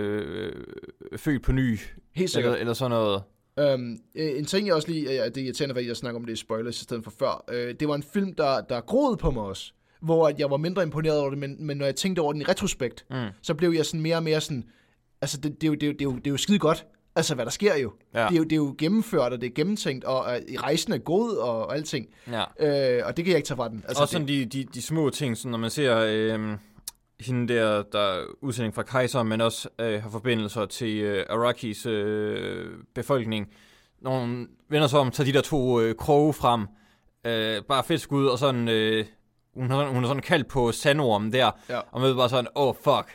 født på ny, helt sikkert. Eller sådan noget. En ting, jeg også lige, det er irriterende, at jeg snakker om det i spoilers i stedet for før, det var en film, der groede på mig også, hvor jeg var mindre imponeret over det, men når jeg tænkte over den i retrospekt, så blev jeg sådan mere og mere sådan, altså det er jo skide godt, altså hvad der sker jo. Ja. Det er jo gennemført, og det er gennemtænkt, og rejsen er god, og alting. Ja. Og det kan jeg ikke tage fra den. Altså, også sådan de små ting, sådan når man ser hende der er udsending fra Kejser, men også har forbindelser til Arakis befolkning. Når hun vender sig om, tager de der to kroge frem, bare fedt skud, og sådan... Hun er sådan kaldt på sandormen der, og med bare sådan, fuck,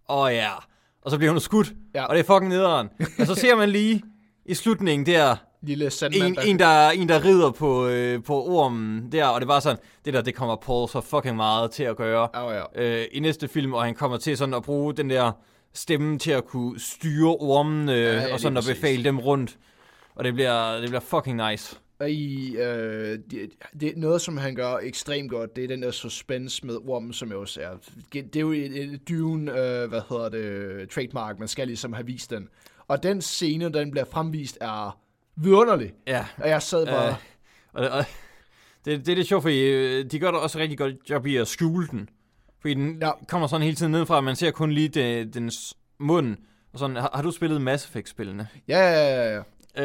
og så bliver hun skudt, og det er fucking nederen. Og så ser man lige i slutningen der, lille en der rider på ormen der, og det er bare sådan, det kommer Paul så fucking meget til at gøre i næste film, og han kommer til sådan at bruge den der stemme til at kunne styre ormen, og sådan at befale dem rundt, og det bliver fucking nice. Og det er noget, som han gør ekstremt godt, det er den der suspense med ormen, som jo også er, det er jo et Dune, trademark, man skal ligesom have vist den. Og den scene, den bliver fremvist, er vidunderlig. Ja. Og jeg sad bare... Og det er lidt sjovt, fordi de gør da også rigtig godt job i at skjule den. Fordi den kommer sådan hele tiden nedefra, man ser kun lige dens mund. Og sådan, har du spillet Mass Effect-spillene? Ja.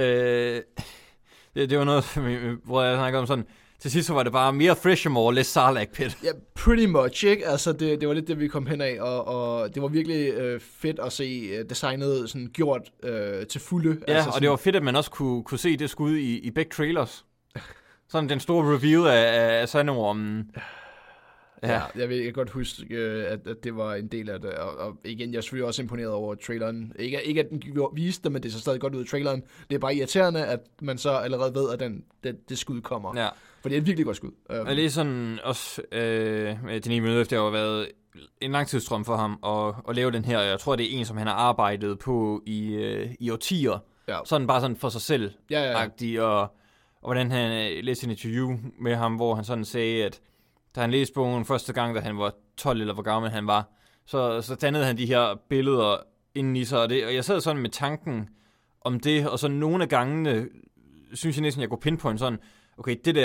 Det var noget, hvor jeg snakkede om sådan, til sidst så var det bare mere Threshamore, less Sarlacc pit. Ja, pretty much, ikke? Altså, det var lidt det, vi kom hen af, og det var virkelig fedt at se designet sådan gjort til fulde. Ja, altså, og det var fedt, at man også kunne se det skud i begge trailers. Sådan den store reveal af sandormen. Ja, jeg kan godt huske, at det var en del af det, og igen, jeg er selvfølgelig også imponeret over traileren. Ikke at den viste det, men det så stadig godt ud af traileren. Det er bare irriterende, at man så allerede ved, at det skud kommer. Ja. For det er et virkelig godt skud. Og det er sådan også, Denis Villeneuve, det har jo været en langtidsstrøm for ham at lave den her. Jeg tror, det er en, som han har arbejdet på i årtier. Ja. Sådan bare sådan for sig selv. Ja. Og hvordan han læste en interview med ham, hvor han sådan sagde, at da han læste bogen første gang, da han var 12 eller hvor gammel han var, så dannede han de her billeder inden i sig. Og jeg sad sådan med tanken om det, og så nogle af gangene, synes jeg næsten, jeg kunne pinpoint sådan, okay, det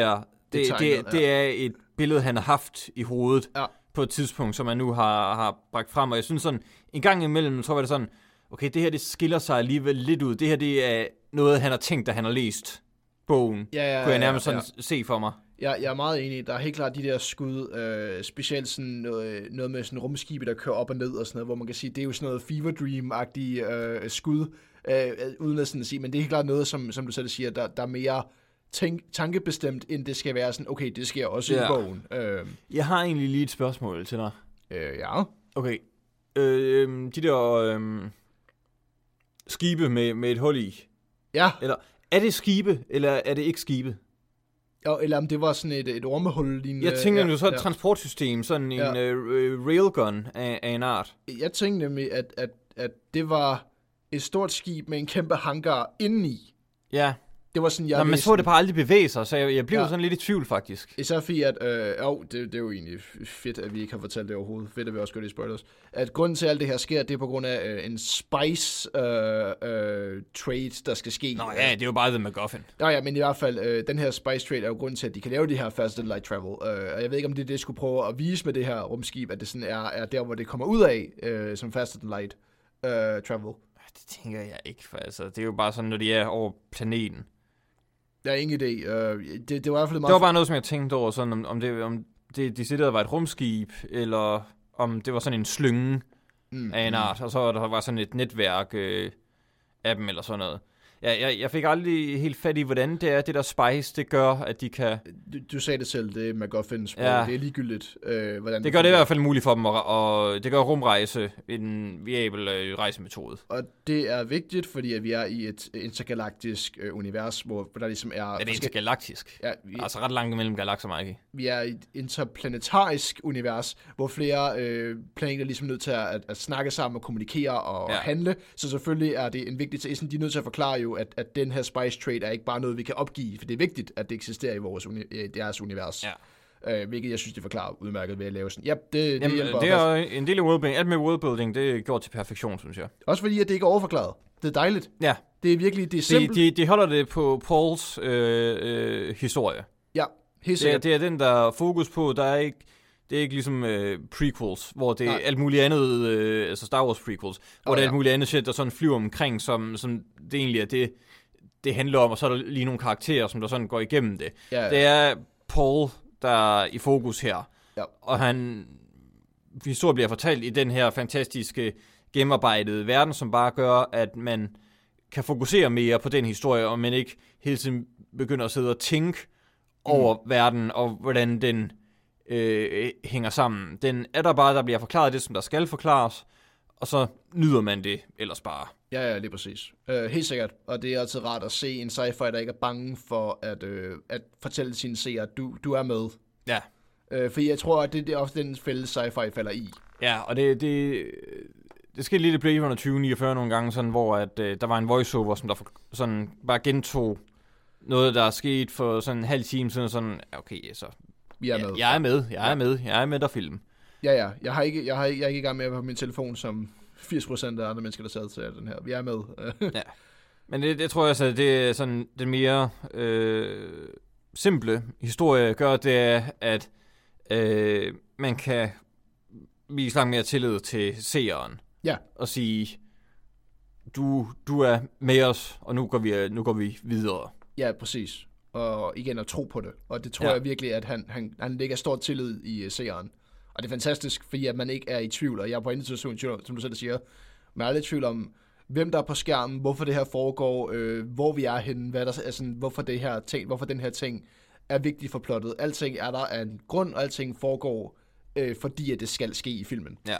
er et billede, han har haft i hovedet på et tidspunkt, som han nu har bragt frem. Og jeg synes sådan, en gang imellem, så var det sådan, okay, det her, det skiller sig alligevel lidt ud. Det her, det er noget, han har tænkt, da han har læst bogen. Kunne jeg nærmest sådan se for mig. Jeg er meget enig. Der er helt klart de der skud, specielt sådan noget med sådan rumskibe, der kører op og ned og sådan noget, hvor man kan sige, det er jo sådan noget Fever Dream-agtige skud, uden at sådan sige, men det er helt klart noget, som du selv siger, der er mere tankebestemt, end det skal være sådan, okay, det sker også i bogen. Jeg har egentlig lige et spørgsmål til dig. Ja. Okay. De der skibe med et hul i. Ja. Eller er det skibe, eller er det ikke skibe? Ja, eller om det var sådan et ormehul. Jeg tænker jo så et transportsystem, sådan en railgun af en art. Jeg tænkte nemlig, at det var et stort skib med en kæmpe hangar indeni. Ja. Det var sådan, man så det bare aldrig bevæge sig, så jeg blev sådan lidt i tvivl, faktisk. Især fordi, at det er jo egentlig fedt, at vi ikke har fortalt det overhovedet. Fedt, at vi også gør det i spoilers. At grunden til, at alt det her sker, det er på grund af en spice trade, der skal ske. Nå ja, det er jo bare The MacGuffin. Ja, men i hvert fald, den her spice trade er jo grunden til, at de kan lave de her faster light travel. Og jeg ved ikke, om det skulle prøve at vise med det her rumskib, at det sådan er der, hvor det kommer ud af, som faster light travel. Det tænker jeg ikke, for altså, det er jo bare sådan, når de er over planeten. Jeg har ingen idé. Det var i hvert fald meget... Det var bare noget, som jeg tænkte over, sådan, om det decideret var et rumskib, eller om det var sådan en slynge af en art, og så der var sådan et netværk af dem, eller sådan noget. Jeg fik aldrig helt fat i, hvordan det er, det der spice, det gør, at de kan... Du sagde det selv, det er MacGuffins, det er ligegyldigt, hvordan det gør det i hvert fald muligt for dem, og det gør rumrejse en viabel rejsemetode. Og det er vigtigt, fordi at vi er i et intergalaktisk univers, hvor der ligesom er... Ja, det er intergalaktisk. Ja, altså ret langt imellem galakser, Mikey. Vi er i et interplanetarisk univers, hvor flere planeter ligesom nødt til at snakke sammen og kommunikere og handle, så selvfølgelig er det en vigtig ting. De er nødt til at forklare jo, at den her spice trade er ikke bare noget, vi kan opgive, for det er vigtigt, at det eksisterer i deres univers. Ja. Hvilket jeg synes, de forklarer udmærket ved at lave sådan. Ja, det hjælper. Det er en del af worldbuilding. Alt med worldbuilding, det er gjort til perfektion, synes jeg. Også fordi, at det ikke er overforklaret. Det er dejligt. Ja. Det er virkelig, det er simpelt. De holder det på Pauls historie. Ja, helt sikkert. Det er den, der er fokus på. Det er ikke ligesom prequels, hvor det er alt muligt andet, altså Star Wars prequels, hvor det er alt muligt andet shit, der sådan flyver omkring, som det egentlig er det handler om, og så er der lige nogle karakterer, som der sådan går igennem det. Ja. Det er Paul, der er i fokus her, og historien bliver fortalt i den her fantastiske, gennemarbejdede verden, som bare gør, at man kan fokusere mere på den historie, og man ikke hele tiden begynder at sidde og tænke over verden, og hvordan den hænger sammen. Den er der bare, der bliver forklaret det, som der skal forklares, og så nyder man det ellers bare. Ja, lige præcis. Helt sikkert. Og det er altid rart at se en sci-fi, der ikke er bange for at fortælle sine seere, at du er med. Ja. For jeg tror, at det er ofte den fælde sci-fi falder i. Ja, og det skete lidt i Blade Runner 2049 nogle gange, sådan, hvor at, der var en voiceover, som der sådan bare gentog noget, der er sket for sådan en halv time siden, sådan, okay, så jeg er med der film. Ja. Jeg er ikke i gang med at på min telefon, som 80% af andre mennesker, der sad til den her. Vi er med. Ja. Men det tror jeg, så det er sådan den mere simple historie gør, det er, at man kan vise langt mere tillid til seeren. Ja. Og sige, du er med os, og nu går vi videre. Ja, præcis. Og igen at tro på det. Og det tror jeg virkelig, at han lægger stor tillid i seeren. Og det er fantastisk, fordi at man ikke er i tvivl, og jeg er på en situation, som du selv siger, man er lidt i tvivl om, hvem der er på skærmen, hvorfor det her foregår, hvor vi er henne, hvad der er sådan, hvorfor den her ting er vigtig for plottet. Alting er der af en grund, og alting foregår, fordi at det skal ske i filmen. Ja.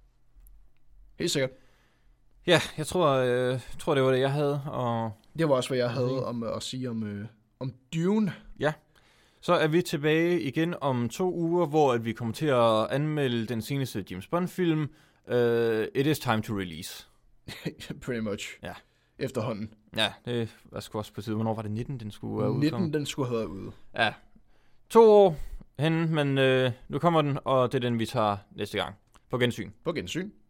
Helt sikkert. Ja, jeg tror det var det, jeg havde. Og det var også, hvad jeg havde at sige om Dune. Ja. Så er vi tilbage igen om 2 uger, hvor at vi kommer til at anmelde den seneste James Bond-film, It is time to release. Pretty much. Ja. Efterhånden. Ja, det var sgu også på tide. Hvornår var det 19, den skulle udkomme? 19, den skulle have været ude. Ja. 2 år hen, men nu kommer den, og det er den, vi tager næste gang. På gensyn. På gensyn.